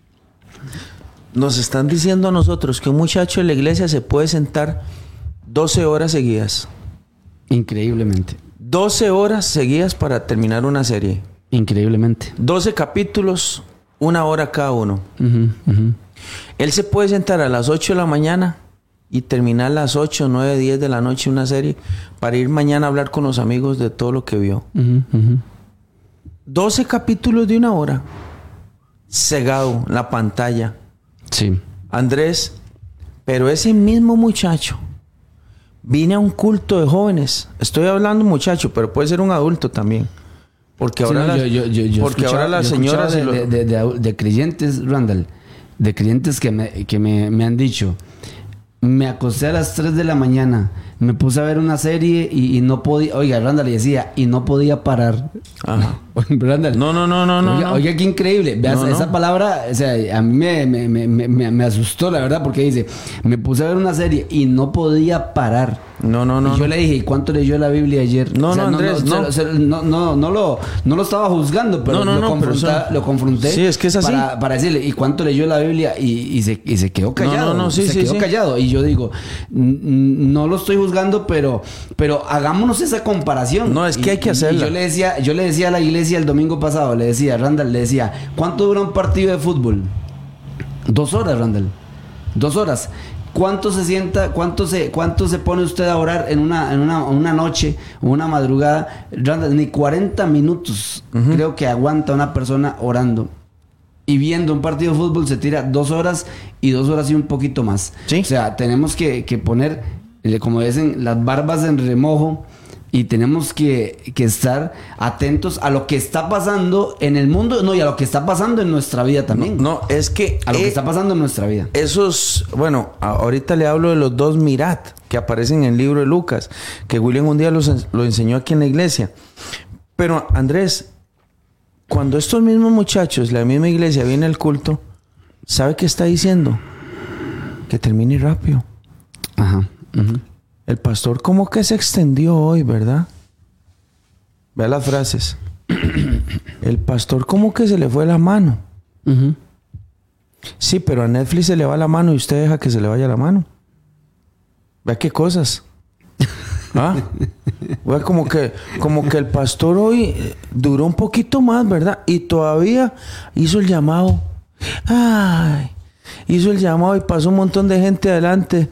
nos están diciendo a nosotros que un muchacho en la iglesia se puede sentar doce horas seguidas. Increíblemente. doce horas seguidas para terminar una serie. Increíblemente. doce capítulos, una hora cada uno. Uh-huh, uh-huh. Él se puede sentar a las ocho de la mañana y terminar a las ocho, nueve, diez de la noche una serie para ir mañana a hablar con los amigos de todo lo que vio. Uh-huh, uh-huh. doce capítulos de una hora. Cegado, la pantalla. Sí. Andrés, pero ese mismo muchacho vine a un culto de jóvenes. Estoy hablando muchacho, pero puede ser un adulto también. Porque ahora sí, no, las, yo, yo, yo porque ahora las señoras de, lo... de, de, de, de creyentes, Randall, de creyentes que me, que me, me han dicho, me acosté a las tres de la mañana, me puse a ver una serie y, y no podía, oiga, Randall le decía, y no podía parar. Ajá. Randall, no, no, no, no, oiga, no. Oiga, qué increíble. Veas, no, no. esa palabra, o sea, a mí me, me, me, me, me asustó, la verdad, porque dice, me puse a ver una serie y no podía parar. No, no, no. Y yo no. le dije, ¿y cuánto leyó la Biblia ayer? No, o sea, no, Andrés, no. no. O sea, no, no, no, lo, no lo estaba juzgando, pero, no, no, lo, no, confronta, pero eso... lo confronté. Sí, es que es así. Para, para decirle, ¿y cuánto leyó la Biblia? Y, y, se, y se quedó callado. No, no, no, sí, se sí, quedó sí. callado. Y yo digo, no lo estoy juzgando, pero, pero hagámonos esa comparación. No, es que y, hay que hacerla. Y yo le decía, yo le decía a la iglesia el domingo pasado, le decía, Randall, le decía, ¿cuánto dura un partido de fútbol? Dos horas, Randall. Dos horas. ¿Cuánto se sienta, cuánto se, cuánto se pone usted a orar en una, en una, una noche o una madrugada? Randall, ni cuarenta minutos uh-huh. creo que aguanta una persona orando. Y viendo un partido de fútbol se tira dos horas y dos horas y un poquito más. ¿Sí? O sea, tenemos que, que poner, como dicen, las barbas en remojo. Y tenemos que, que estar atentos a lo que está pasando en el mundo, no, y a lo que está pasando en nuestra vida también. No, no es que... A lo eh, que está pasando en nuestra vida. Esos... Bueno, ahorita le hablo de los dos mirat que aparecen en el libro de Lucas, que William un día los, lo enseñó aquí en la iglesia. Pero, Andrés, cuando estos mismos muchachos, la misma iglesia, viene al culto, ¿sabe qué está diciendo? Que termine rápido. Ajá. Uh-huh. El pastor como que se extendió hoy, ¿verdad? Vea las frases. El pastor como que se le fue la mano. Uh-huh. Sí, pero a Netflix se le va la mano y usted deja que se le vaya la mano. Vea qué cosas. ¿Ah? Vea como que, como que el pastor hoy duró un poquito más, ¿verdad? Y todavía hizo el llamado. Ay, hizo el llamado y pasó un montón de gente adelante.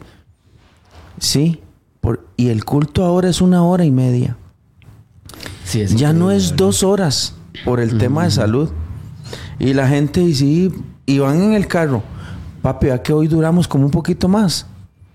Sí. Por, y el culto ahora es una hora y media. Sí, es ya no es dos horas por el uh-huh. tema de salud. Y la gente dice, y, y van en el carro, papi, ¿verdad que hoy duramos como un poquito más?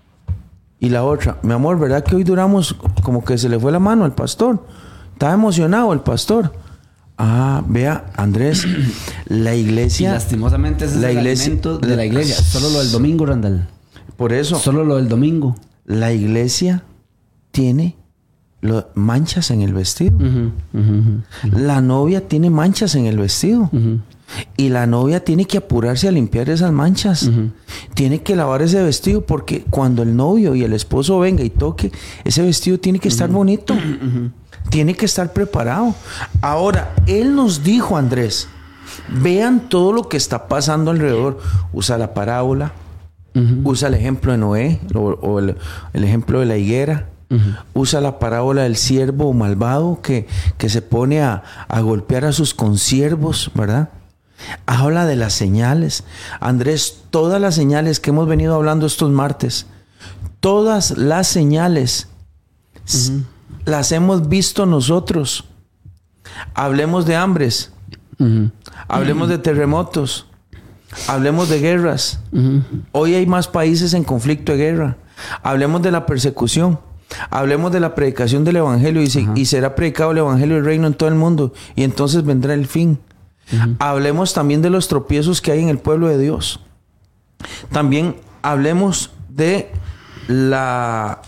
Y la otra, mi amor, ¿verdad que hoy duramos como que se le fue la mano al pastor? Estaba emocionado el pastor. Ah, vea, Andrés, la iglesia... Y lastimosamente ese la es el iglesia, alimento de la iglesia. Solo lo del domingo, Randall. Por eso... Solo lo del domingo. La iglesia tiene lo, manchas en el vestido. Uh-huh, uh-huh, uh-huh. La novia tiene manchas en el vestido. Uh-huh. Y la novia tiene que apurarse a limpiar esas manchas. Uh-huh. Tiene que lavar ese vestido porque cuando el novio y el esposo venga y toque, ese vestido tiene que estar uh-huh. bonito. Uh-huh. Tiene que estar preparado. Ahora, él nos dijo, Andrés, vean todo lo que está pasando alrededor. Usa la parábola. Uh-huh. Usa el ejemplo de Noé o, o el, el ejemplo de la higuera. Uh-huh. Usa la parábola del siervo malvado que, que se pone a, a golpear a sus consiervos, ¿verdad? Habla de las señales. Andrés, todas las señales que hemos venido hablando estos martes, todas las señales uh-huh. las hemos visto nosotros. Hablemos de hambres, uh-huh. hablemos uh-huh. de terremotos, hablemos de guerras. Uh-huh. Hoy hay más países en conflicto de guerra. Hablemos de la persecución. Hablemos de la predicación del evangelio y, si, uh-huh. y será predicado el evangelio del reino en todo el mundo y entonces vendrá el fin. Uh-huh. Hablemos también de los tropiezos que hay en el pueblo de Dios. También hablemos de la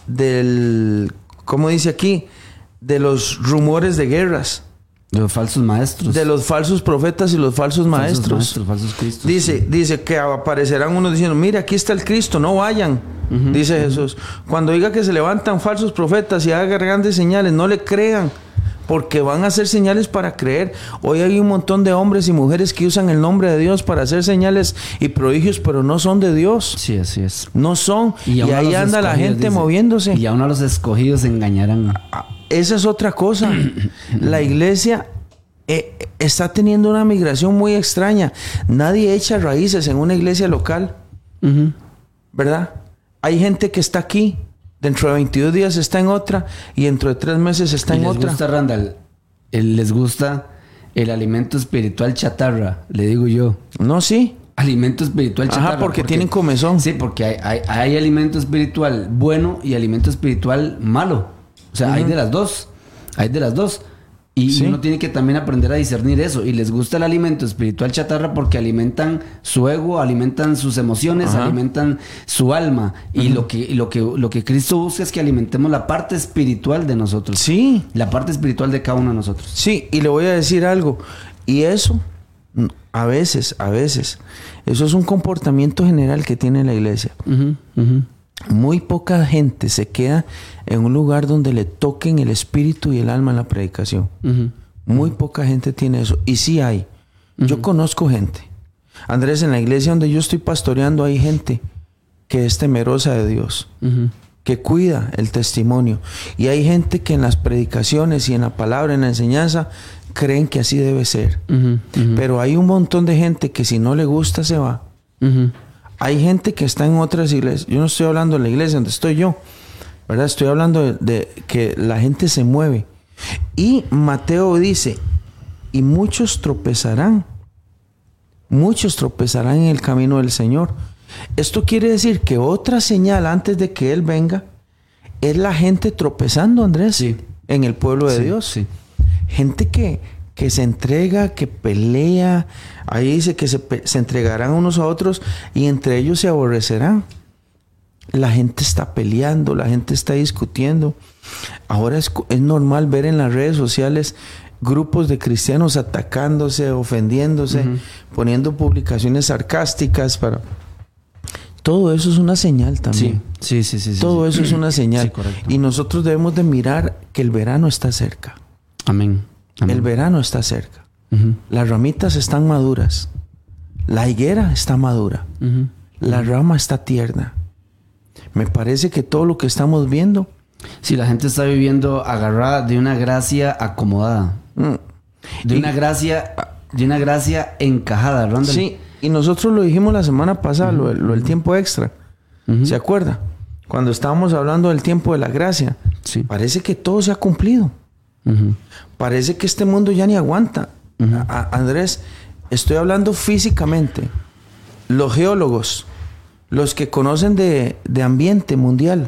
del, ¿cómo dice aquí? De los rumores de guerras. De los falsos maestros. De los falsos profetas y los falsos, falsos maestros. maestros. Falsos Cristos. Dice, dice que aparecerán unos diciendo, mire, aquí está el Cristo, no vayan. Uh-huh, dice uh-huh. Jesús. Cuando diga que se levantan falsos profetas y hagan grandes señales, no le crean, porque van a hacer señales para creer. Hoy hay un montón de hombres y mujeres que usan el nombre de Dios para hacer señales y prodigios, pero no son de Dios. Sí, así es. No son. Y, y ahí anda la gente dice, moviéndose. Y aún a los escogidos engañarán. Esa es otra cosa. La iglesia eh, está teniendo una migración muy extraña. Nadie echa raíces en una iglesia local. Uh-huh. ¿Verdad? Hay gente que está aquí, dentro de veintidós días está en otra y dentro de tres meses está en les otra. Gusta, Randall, les gusta el alimento espiritual chatarra, le digo yo. No, sí. Alimento espiritual chatarra. Ajá, porque, porque tienen comezón. Sí, porque hay, hay, hay alimento espiritual bueno y alimento espiritual malo. O sea, uh-huh. hay de las dos. Hay de las dos. Y sí. uno tiene que también aprender a discernir eso. Y les gusta el alimento espiritual chatarra porque alimentan su ego, alimentan sus emociones, Ajá. alimentan su alma. Uh-huh. Y lo que, lo que, lo que Cristo busca es que alimentemos la parte espiritual de nosotros. Sí. La parte espiritual de cada uno de nosotros. Sí, y le voy a decir algo. Y eso, a veces, a veces, eso es un comportamiento general que tiene la iglesia. Uh-huh. Uh-huh. Muy poca gente se queda en un lugar donde le toquen el espíritu y el alma en la predicación. Uh-huh. Muy uh-huh. poca gente tiene eso. Y sí hay. Uh-huh. Yo conozco gente. Andrés, en la iglesia donde yo estoy pastoreando hay gente que es temerosa de Dios. Uh-huh. Que cuida el testimonio. Y hay gente que en las predicaciones y en la palabra, en la enseñanza, creen que así debe ser. Uh-huh. Uh-huh. Pero hay un montón de gente que si no le gusta se va. Uh-huh. Hay gente que está en otras iglesias. Yo no estoy hablando de la iglesia donde estoy yo, ¿verdad? Estoy hablando de, de que la gente se mueve. Y Mateo dice, y muchos tropezarán. Muchos tropezarán en el camino del Señor. Esto quiere decir que otra señal antes de que Él venga es la gente tropezando, Andrés, sí. en el pueblo de sí, Dios. Sí. Gente que... que se entrega, que pelea. Ahí dice que se, se entregarán unos a otros y entre ellos se aborrecerán. La gente está peleando, la gente está discutiendo. Ahora es, es normal ver en las redes sociales grupos de cristianos atacándose, ofendiéndose, uh-huh. poniendo publicaciones sarcásticas para... Todo eso es una señal también. Sí, sí, sí. sí Todo sí. eso es una señal. Sí, correcto. Y nosotros debemos de mirar que el verano está cerca. Amén. Amén. El verano está cerca. Uh-huh. Las ramitas están maduras. La higuera está madura. Uh-huh. La rama está tierna. Me parece que todo lo que estamos viendo... Si la gente está viviendo agarrada de una gracia acomodada. Mm. De y, una gracia... De una gracia encajada, Randall. Sí, y nosotros lo dijimos la semana pasada, uh-huh. lo, lo del tiempo extra. Uh-huh. ¿Se acuerda? Cuando estábamos hablando del tiempo de la gracia. Sí. Parece que todo se ha cumplido. Uh-huh. Parece que este mundo ya ni aguanta. Uh-huh. A- Andrés, estoy hablando físicamente. Los geólogos, los que conocen de, de ambiente mundial,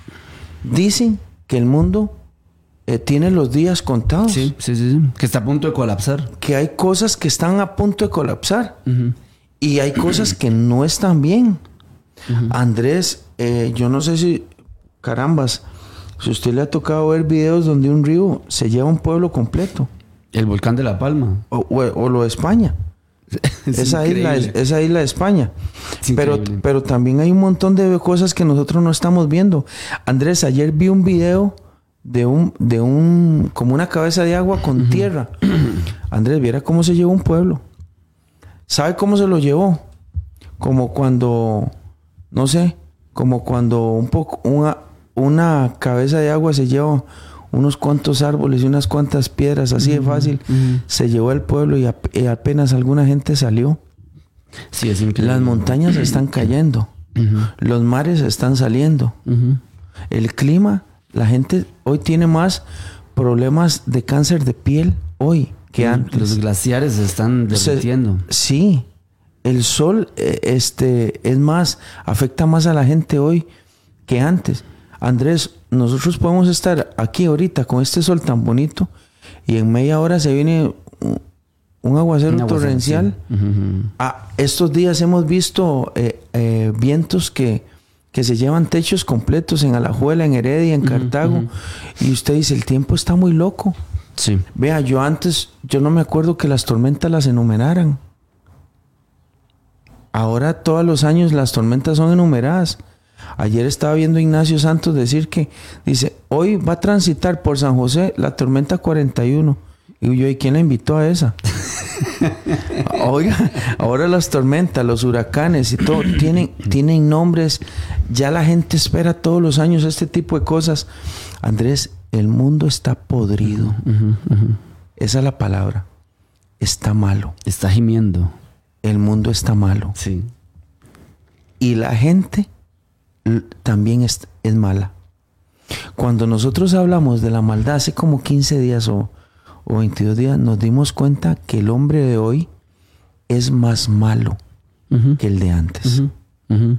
dicen que el mundo eh, tiene los días contados. Sí, sí, sí, sí. Que está a punto de colapsar. Que hay cosas que están a punto de colapsar. Uh-huh. Y hay cosas que no están bien. Uh-huh. Andrés, eh, yo no sé si... Carambas... Si usted le ha tocado ver videos donde un río se lleva un pueblo completo. El volcán de La Palma. O, o, o lo de España. esa, isla, esa isla de España. Pero, pero también hay un montón de cosas que nosotros no estamos viendo. Andrés, ayer vi un video de un, de un, como una cabeza de agua con uh-huh. tierra. Andrés, viera cómo se llevó un pueblo. ¿Sabe cómo se lo llevó? Como cuando, no sé, como cuando un poco, una, una cabeza de agua se lleva unos cuantos árboles y unas cuantas piedras, así de fácil. Uh-huh. Se llevó el pueblo y, ap- y apenas alguna gente salió. Sí, es increíble. Las montañas están cayendo. Uh-huh. Los mares están saliendo. Uh-huh. El clima, la gente hoy tiene más problemas de cáncer de piel hoy que uh-huh. antes. Los glaciares se están derritiendo. Se, sí. El sol, eh, este, es más, afecta más a la gente hoy que antes. Andrés, nosotros podemos estar aquí ahorita con este sol tan bonito y en media hora se viene un, un aguacero, un aguacero torrencial. Sí. Uh-huh. Ah, estos días hemos visto eh, eh, vientos que, que se llevan techos completos en Alajuela, en Heredia, en Cartago. Uh-huh. Y usted dice, el tiempo está muy loco. Sí. Vea, yo antes, yo no me acuerdo que las tormentas las enumeraran. Ahora todos los años las tormentas son enumeradas. Ayer estaba viendo a Ignacio Santos decir que, dice, hoy va a transitar por San José la tormenta cuarenta y uno. Y yo, ¿y quién la invitó a esa? Oiga, ahora las tormentas, los huracanes y todo, tienen, tienen nombres. Ya la gente espera todos los años este tipo de cosas. Andrés, el mundo está podrido. Uh-huh, uh-huh. Esa es la palabra. Está malo. Está gimiendo. El mundo está malo. Sí. Y la gente también es, es mala. Cuando nosotros hablamos de la maldad hace como quince días o, o veintidós días, nos dimos cuenta que el hombre de hoy es más malo uh-huh. que el de antes. Uh-huh. Uh-huh.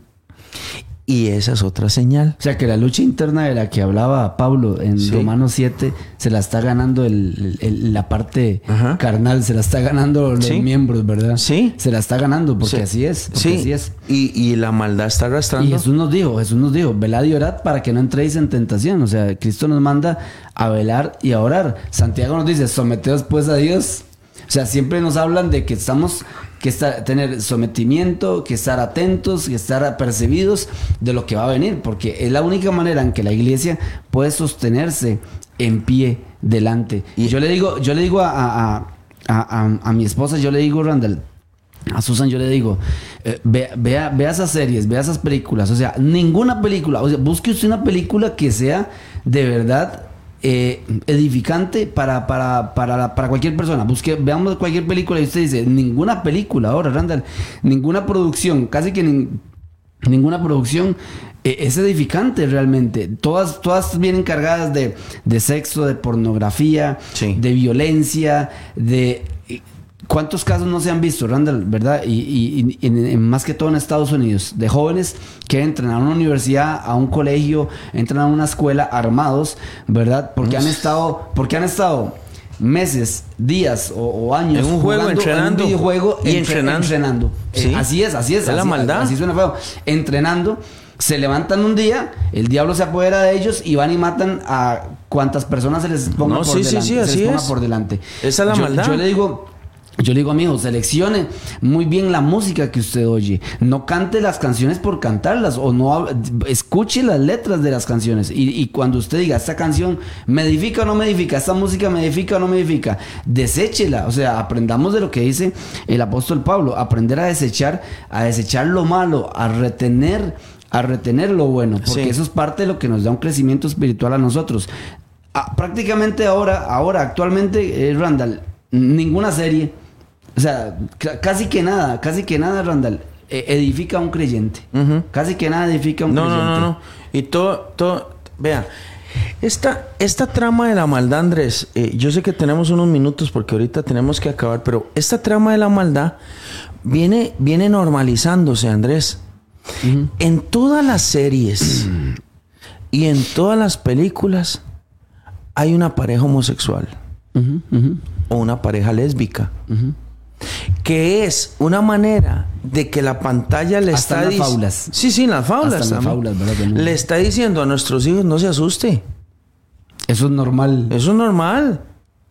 Y esa es otra señal. O sea, que la lucha interna de la que hablaba Pablo en sí. Romanos siete se la está ganando el, el, la parte Ajá. carnal, se la está ganando los ¿Sí? miembros, ¿verdad? Sí. Se la está ganando porque sí. así es. Porque sí. así es. Y, y la maldad está arrastrando. Y Jesús nos dijo, Jesús nos dijo, velad y orad para que no entréis en tentación. O sea, Cristo nos manda a velar y a orar. Santiago nos dice, someteos pues a Dios. O sea, siempre nos hablan de que estamos... que estar, tener sometimiento, que estar atentos, que estar apercibidos de lo que va a venir, porque es la única manera en que la iglesia puede sostenerse en pie delante. Y yo le digo, yo le digo a, a, a, a, a mi esposa, yo le digo, Randall, a Susan, yo le digo, eh, vea, vea, vea esas series, vea esas películas, o sea, ninguna película, o sea, busque usted una película que sea de verdad Eh, edificante para, para, para, para cualquier persona. Busque, veamos cualquier película y usted dice, ninguna película ahora, Randall, ninguna producción, casi que ni, ninguna producción eh, es edificante realmente. Todas, todas vienen cargadas de, de sexo, de pornografía, sí. de violencia, de... ¿Cuántos casos no se han visto, Randall, verdad? Y, y, y, y más que todo en Estados Unidos, de jóvenes que entran a una universidad, a un colegio, entran a una escuela armados, ¿verdad? Porque Uf. han estado, porque han estado meses, días o, o años en un juego, entrenando, en un videojuego y entre, entrenando. entrenando. ¿Sí? Eh, así es, así es. Es así, la maldad. Así suena feo. Entrenando. Se levantan un día, el diablo se apodera de ellos y van y matan a cuantas personas se les ponga no, por sí, delante. Sí, sí, se así les ponga es. por delante. Esa es la yo, maldad. Yo le digo... Yo le digo, amigo, seleccione muy bien la música que usted oye. No cante las canciones por cantarlas o no escuche las letras de las canciones. Y, y cuando usted diga, esta canción me edifica o no me edifica, esta música me edifica o no me edifica, deséchela. O sea, aprendamos de lo que dice el apóstol Pablo, aprender a desechar, a desechar lo malo, a retener, a retener lo bueno, porque sí. eso es parte de lo que nos da un crecimiento espiritual a nosotros. Ah, prácticamente ahora, ahora, actualmente, eh, Randall, ninguna serie. O sea, casi que nada, casi que nada, Randall, edifica a un creyente. Uh-huh. Casi que nada edifica a un no, creyente. No, no, no. Y todo, todo, vea, esta, esta trama de la maldad, Andrés, eh, yo sé que tenemos unos minutos porque ahorita tenemos que acabar, pero esta trama de la maldad viene, viene normalizándose, Andrés. Uh-huh. En todas las series y en todas las películas hay una pareja homosexual. Uh-huh, uh-huh. O una pareja lésbica. Uh-huh. Que es una manera de que la pantalla le Hasta está en las dic- faulas. Sí, sí, en las faulas. Hasta en las faulas, ¿verdad? Le está diciendo a nuestros hijos, no se asuste. Eso es normal. Eso es normal.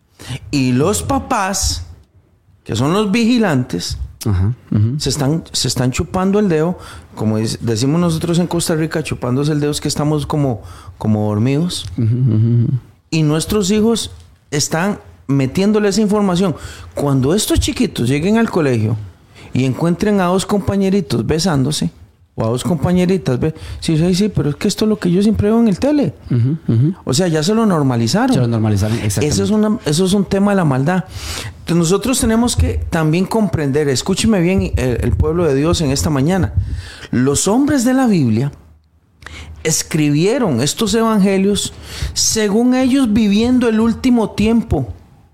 Y los papás, que son los vigilantes, uh-huh, uh-huh. Se, están, se están chupando el dedo, como decimos nosotros en Costa Rica, chupándose el dedo es que estamos como, como dormidos. Uh-huh, uh-huh. Y nuestros hijos están metiéndole esa información. Cuando estos chiquitos lleguen al colegio y encuentren a dos compañeritos besándose, o a dos compañeritas, ve, sí, sí, sí, pero es que esto es lo que yo siempre veo en el tele. Uh-huh, uh-huh. O sea, ya se lo normalizaron. Se lo normalizaron, exactamente. Eso es, una, eso es un tema de la maldad. Entonces, nosotros tenemos que también comprender, escúcheme bien el, el pueblo de Dios en esta mañana. Los hombres de la Biblia escribieron estos evangelios según ellos viviendo el último tiempo.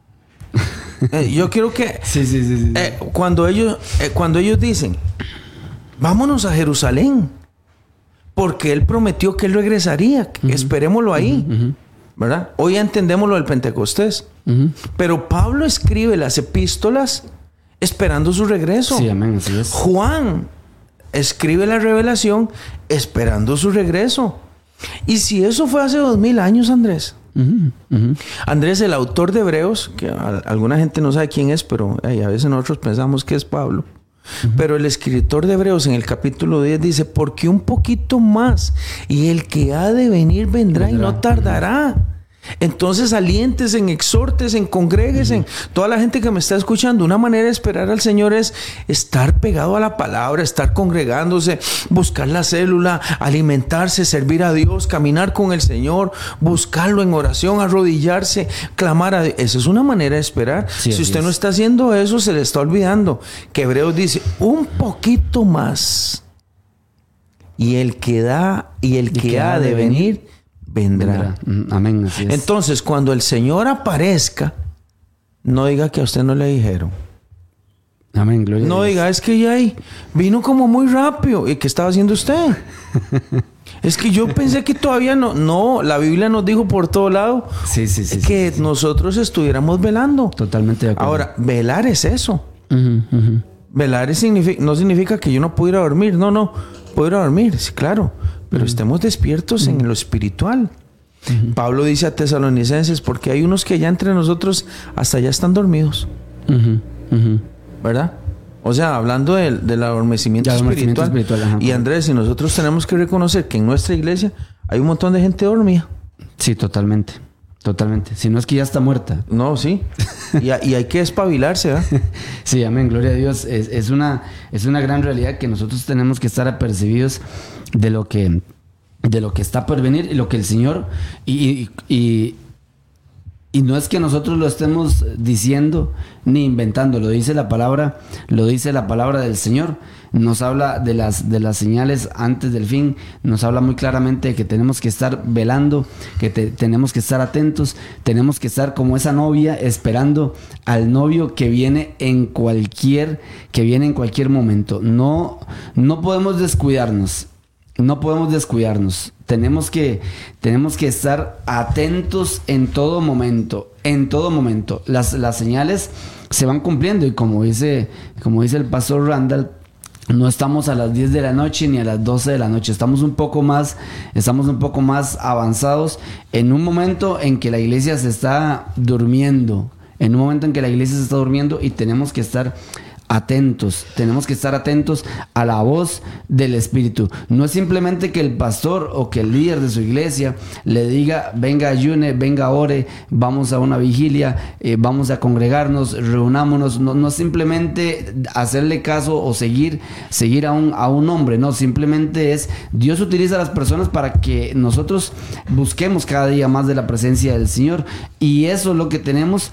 eh, yo quiero que sí, sí, sí, sí. Eh, cuando ellos eh, cuando ellos dicen vámonos a Jerusalén porque él prometió que él regresaría, uh-huh. esperémoslo ahí, uh-huh. ¿verdad? Hoy ya entendemos lo del Pentecostés, uh-huh. pero Pablo escribe las epístolas esperando su regreso. Sí, amén, así es. Juan escribe la revelación esperando su regreso. Y si eso fue hace dos mil años, Andrés. Uh-huh, uh-huh. Andrés, el autor de Hebreos, que a, alguna gente no sabe quién es, pero ay, a veces nosotros pensamos que es Pablo. Uh-huh. Pero el escritor de Hebreos en el capítulo diez dice, porque un poquito más y el que ha de venir vendrá, vendrá. y no tardará. Uh-huh. Entonces aliéntese, exhórtese, congréguese. Uh-huh. Toda la gente que me está escuchando, una manera de esperar al Señor es estar pegado a la palabra, estar congregándose, buscar la célula, alimentarse, servir a Dios, caminar con el Señor, buscarlo en oración, arrodillarse, clamar a Dios. Esa es una manera de esperar. Sí, si usted es. no está haciendo eso, se le está olvidando que Hebreos dice un poquito más y el que da y el, y que, que ha de venir, venir vendrá. vendrá. Amén, así es. Entonces, cuando el Señor aparezca, no diga que a usted no le dijeron. Amén, gloria No a Dios. diga, es que ya ahí vino como muy rápido. ¿Y qué estaba haciendo usted? Es que yo pensé que todavía no. No, la Biblia nos dijo por todo lado sí, sí, sí, que sí, sí. nosotros estuviéramos velando. Totalmente de acuerdo. Ahora, velar es eso. Uh-huh, uh-huh. Velar es significa, no significa que yo no pudiera dormir. No, no. Puedo ir a dormir, sí, claro. Pero uh-huh. estemos despiertos uh-huh. en lo espiritual. Uh-huh. Pablo dice a Tesalonicenses, porque hay unos que ya entre nosotros hasta ya están dormidos. Uh-huh. Uh-huh. ¿Verdad? O sea, hablando del, del adormecimiento, de adormecimiento espiritual. espiritual ajá, y Andrés, y nosotros tenemos que reconocer que en nuestra iglesia hay un montón de gente dormida. Sí, totalmente. Totalmente. Si no es que ya está muerta. No, sí. Y, y hay que espabilarse, ¿verdad? Sí, amén. Gloria a Dios. Es, es, una, es una gran realidad que nosotros tenemos que estar apercibidos de lo que, de lo que está por venir y lo que el Señor... Y, y, y, y no es que nosotros lo estemos diciendo ni inventando. Lo dice la palabra, lo dice la palabra del Señor. Nos habla de las, de las señales antes del fin. Nos habla muy claramente de que tenemos que estar velando, que te, tenemos que estar atentos, tenemos que estar como esa novia esperando al novio que viene en cualquier, que viene en cualquier momento. No, no podemos descuidarnos. No podemos descuidarnos. Tenemos que, tenemos que estar atentos en todo momento. En todo momento. Las, las señales se van cumpliendo. Y como dice, como dice el pastor Randall, no estamos a las diez de la noche ni a las doce de la noche. Estamos un poco más, estamos un poco más avanzados en un momento en que la iglesia se está durmiendo. En un momento en que la iglesia se está durmiendo y tenemos que estar atentos, tenemos que estar atentos a la voz del Espíritu. No es simplemente que el pastor o que el líder de su iglesia le diga, venga, ayune, venga, ore, vamos a una vigilia, eh, vamos a congregarnos, reunámonos. No, no es simplemente hacerle caso o seguir, seguir a un, a un hombre, no, simplemente es, Dios utiliza a las personas para que nosotros busquemos cada día más de la presencia del Señor, y eso es lo que tenemos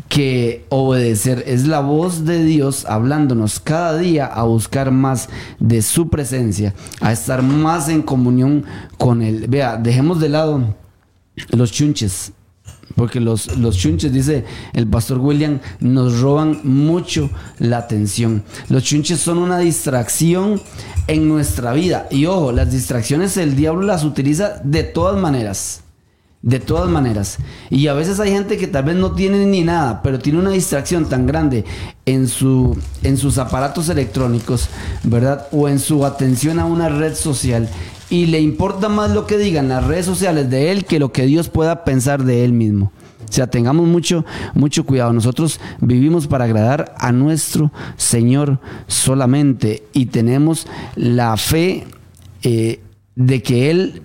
que obedecer, es la voz de Dios hablándonos cada día a buscar más de su presencia, a estar más en comunión con Él. Vea, dejemos de lado los chunches, porque los, los chunches, dice el pastor William, nos roban mucho la atención. Los chunches son una distracción en nuestra vida, y ojo, las distracciones el diablo las utiliza de todas maneras. De todas maneras. Y a veces hay gente que tal vez no tiene ni nada, pero tiene una distracción tan grande en, su, en sus aparatos electrónicos, ¿verdad? O en su atención a una red social. Y le importa más lo que digan las redes sociales de él que lo que Dios pueda pensar de él mismo. O sea, tengamos mucho, mucho cuidado. Nosotros vivimos para agradar a nuestro Señor solamente. Y tenemos la fe eh, de que Él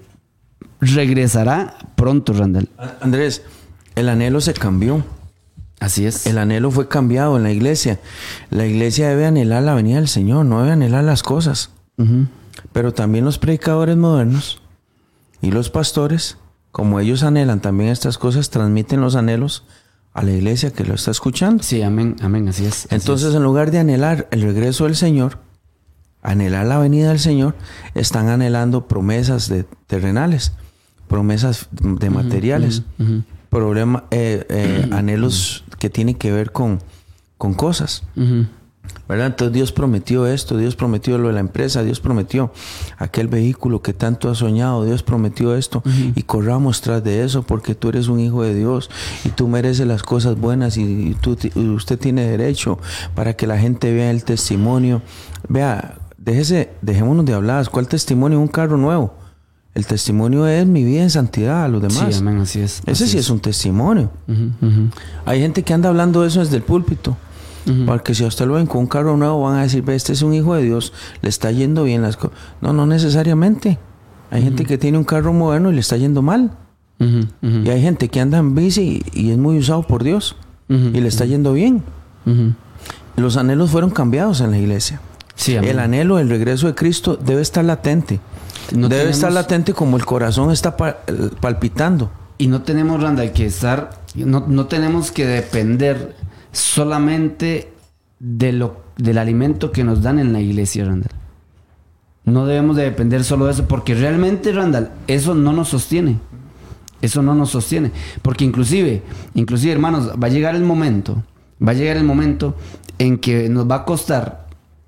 regresará pronto, Randall. Andrés, el anhelo se cambió. Así es. El anhelo fue cambiado en la iglesia. La iglesia debe anhelar la venida del Señor, no debe anhelar las cosas. Uh-huh. Pero también los predicadores modernos y los pastores, como ellos anhelan también estas cosas, transmiten los anhelos a la iglesia que lo está escuchando. Sí, amén, amén, así es. Así Entonces, es. en lugar de anhelar el regreso del Señor, anhelar la venida del Señor, están anhelando promesas de terrenales, promesas de materiales, Uh-huh, uh-huh. problema, eh, eh, anhelos que tienen que ver con, con cosas. Uh-huh. ¿Verdad? Entonces Dios prometió esto, Dios prometió lo de la empresa, Dios prometió aquel vehículo que tanto has soñado, Dios prometió esto, uh-huh. y corramos tras de eso porque tú eres un hijo de Dios y tú mereces las cosas buenas y, y tú, y usted tiene derecho para que la gente vea el testimonio. Vea, déjese, dejémonos de hablar. ¿Cuál testimonio? Un carro nuevo. El testimonio es mi vida en santidad a los demás. Sí, amén, así es. Ese así sí es. es un testimonio. Uh-huh, uh-huh. Hay gente que anda hablando de eso desde el púlpito. Uh-huh. Porque si a usted lo ven con un carro nuevo, van a decir, ve, este es un hijo de Dios, le está yendo bien las cosas. No, no necesariamente. Hay uh-huh. gente que tiene un carro moderno y le está yendo mal. Uh-huh. Uh-huh. Y hay gente que anda en bici y, y es muy usado por Dios uh-huh. y le está yendo bien. Uh-huh. Los anhelos fueron cambiados en la iglesia. Sí, el anhelo del regreso de Cristo debe estar latente. No debe tenemos... estar latente como el corazón está pa- palpitando. Y no tenemos, Randall, que estar... No, no tenemos que depender solamente de lo, del alimento que nos dan en la iglesia, Randall. No debemos de depender solo de eso, porque realmente, Randall, eso no nos sostiene. Eso no nos sostiene. Porque inclusive, inclusive, hermanos, va a llegar el momento, va a llegar el momento en que nos va a costar,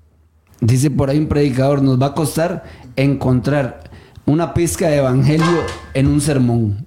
dice por ahí un predicador, nos va a costar encontrar una pizca de evangelio en un sermón.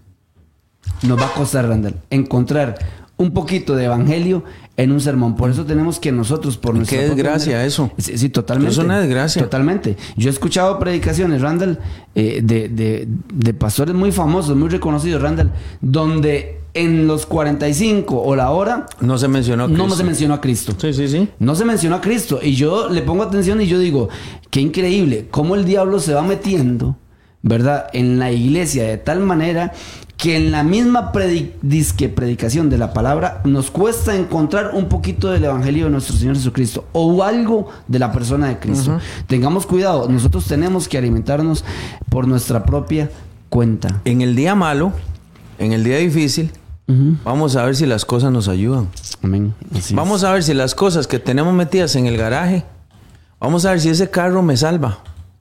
Nos va a costar, Randall, encontrar un poquito de evangelio en un sermón. Por eso tenemos que nosotros, por nuestra qué desgracia manera, eso. Sí, sí, totalmente. Es una desgracia. Totalmente. Yo he escuchado predicaciones, Randall, eh, de, de, de pastores muy famosos, muy reconocidos, Randall, donde en los cuarenta y cinco o la hora no se mencionó a Cristo. No se mencionó a Cristo. Sí, sí, sí. No se mencionó a Cristo. Y yo le pongo atención y yo digo, qué increíble cómo el diablo se va metiendo, ¿verdad?, en la iglesia de tal manera que en la misma predi- disque predicación de la palabra nos cuesta encontrar un poquito del evangelio de nuestro Señor Jesucristo o algo de la persona de Cristo. Uh-huh. Tengamos cuidado, nosotros tenemos que alimentarnos por nuestra propia cuenta. En el día malo, en el día difícil, uh-huh. vamos a ver si las cosas nos ayudan. Amén. Así vamos es. a ver si las cosas que tenemos metidas en el garaje, vamos a ver si ese carro me salva.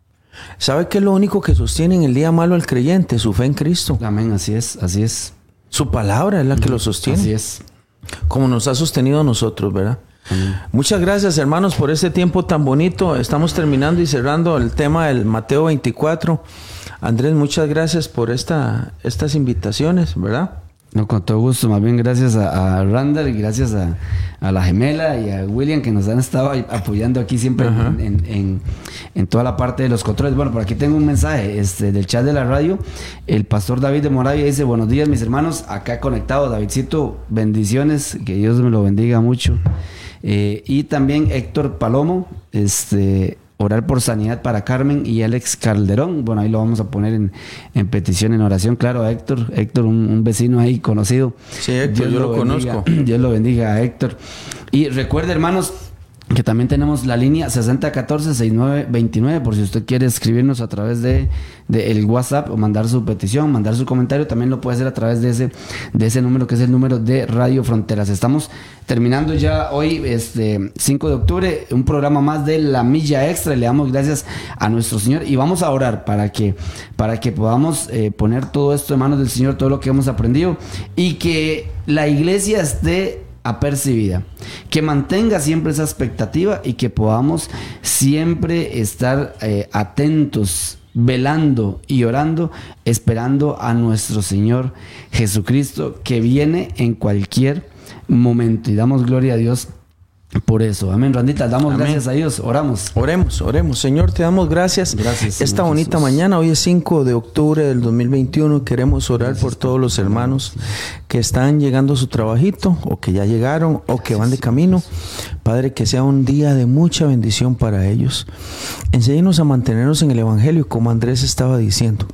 ¿Sabe qué es lo único que sostiene en el día malo al creyente? Su fe en Cristo. Amén, así es, así es. Su palabra es la que lo sostiene. Así es. Como nos ha sostenido a nosotros, ¿verdad? Amén. Muchas gracias, hermanos, por este tiempo tan bonito. Estamos terminando y cerrando el tema del Mateo veinticuatro. Andrés, muchas gracias por esta, estas invitaciones, ¿verdad? No, con todo gusto. Más bien gracias a, a Randall y gracias a, a la gemela y a William que nos han estado apoyando aquí siempre en, en, en, en toda la parte de los controles. Bueno, por aquí tengo un mensaje este, del chat de la radio. El pastor David de Moravia dice: buenos días, mis hermanos, acá conectado. Davidcito, bendiciones, que Dios me lo bendiga mucho. Eh, y también Héctor Palomo, este... orar por sanidad para Carmen y Alex Calderón. Bueno, ahí lo vamos a poner en, en petición, en oración. Claro, a Héctor, Héctor, un, un vecino ahí conocido. Sí, Héctor, Dios yo lo, lo conozco. Dios lo bendiga a Héctor. Y recuerde, hermanos, que también tenemos la línea sesenta catorce sesenta y nueve veintinueve por si usted quiere escribirnos a través de, de el WhatsApp o mandar su petición, mandar su comentario. También lo puede hacer a través de ese, de ese número que es el número de Radio Fronteras. Estamos terminando ya hoy, este cinco de octubre, un programa más de La Milla Extra. Le damos gracias a nuestro Señor y vamos a orar para que, para que podamos eh, poner todo esto en manos del Señor, todo lo que hemos aprendido, y que la iglesia esté apercibida, que mantenga siempre esa expectativa y que podamos siempre estar eh, atentos, velando y orando, esperando a nuestro Señor Jesucristo, que viene en cualquier momento, y damos gloria a Dios por eso. Amén. Randita, damos Amén. Gracias a Dios. Oramos. Oremos, oremos. Señor, te damos gracias. Gracias. Esta Señor bonita Jesús. mañana, hoy es cinco de octubre del dos mil veintiuno. Queremos orar gracias por todos los hermanos que están llegando a su trabajito, o que ya llegaron, o que van de camino. Padre, que sea un día de mucha bendición para ellos. Enséñanos a mantenernos en el Evangelio, como Andrés estaba diciendo.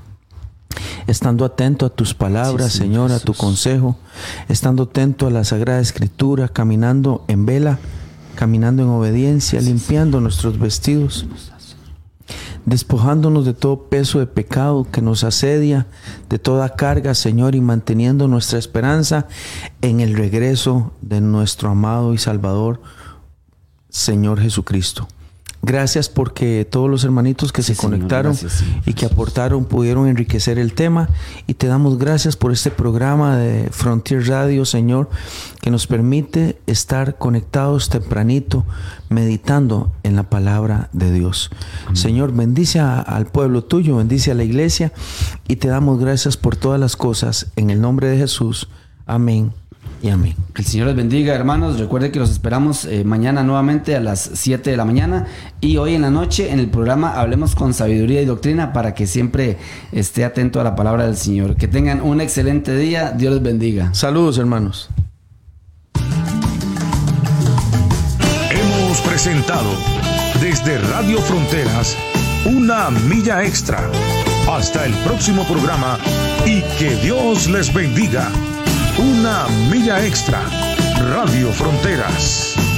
Estando atento a tus palabras, sí, Señor, Señor a tu consejo, estando atento a la Sagrada Escritura, caminando en vela, caminando en obediencia, limpiando nuestros vestidos. despojándonos de todo peso de pecado que nos asedia, de toda carga, Señor, y manteniendo nuestra esperanza en el regreso de nuestro amado y Salvador, Señor Jesucristo. Gracias porque todos los hermanitos que Sí, se conectaron Señor, gracias, Señor. y que aportaron pudieron enriquecer el tema, y te damos gracias por este programa de Frontier Radio, Señor, que nos permite estar conectados tempranito meditando en la palabra de Dios. Amén. Señor, bendice a, al pueblo tuyo, bendice a la iglesia, y te damos gracias por todas las cosas en el nombre de Jesús. Amén y amén. Que el Señor les bendiga, hermanos. Recuerden que los esperamos eh, mañana nuevamente a las siete de la mañana, y hoy en la noche en el programa Hablemos con Sabiduría y Doctrina, para que siempre esté atento a la palabra del Señor. Que tengan un excelente día. Dios les bendiga. Saludos, hermanos. Hemos presentado desde Radio Fronteras Una Milla Extra. Hasta el próximo programa, y que Dios les bendiga. Una Milla Extra, Radio Fronteras.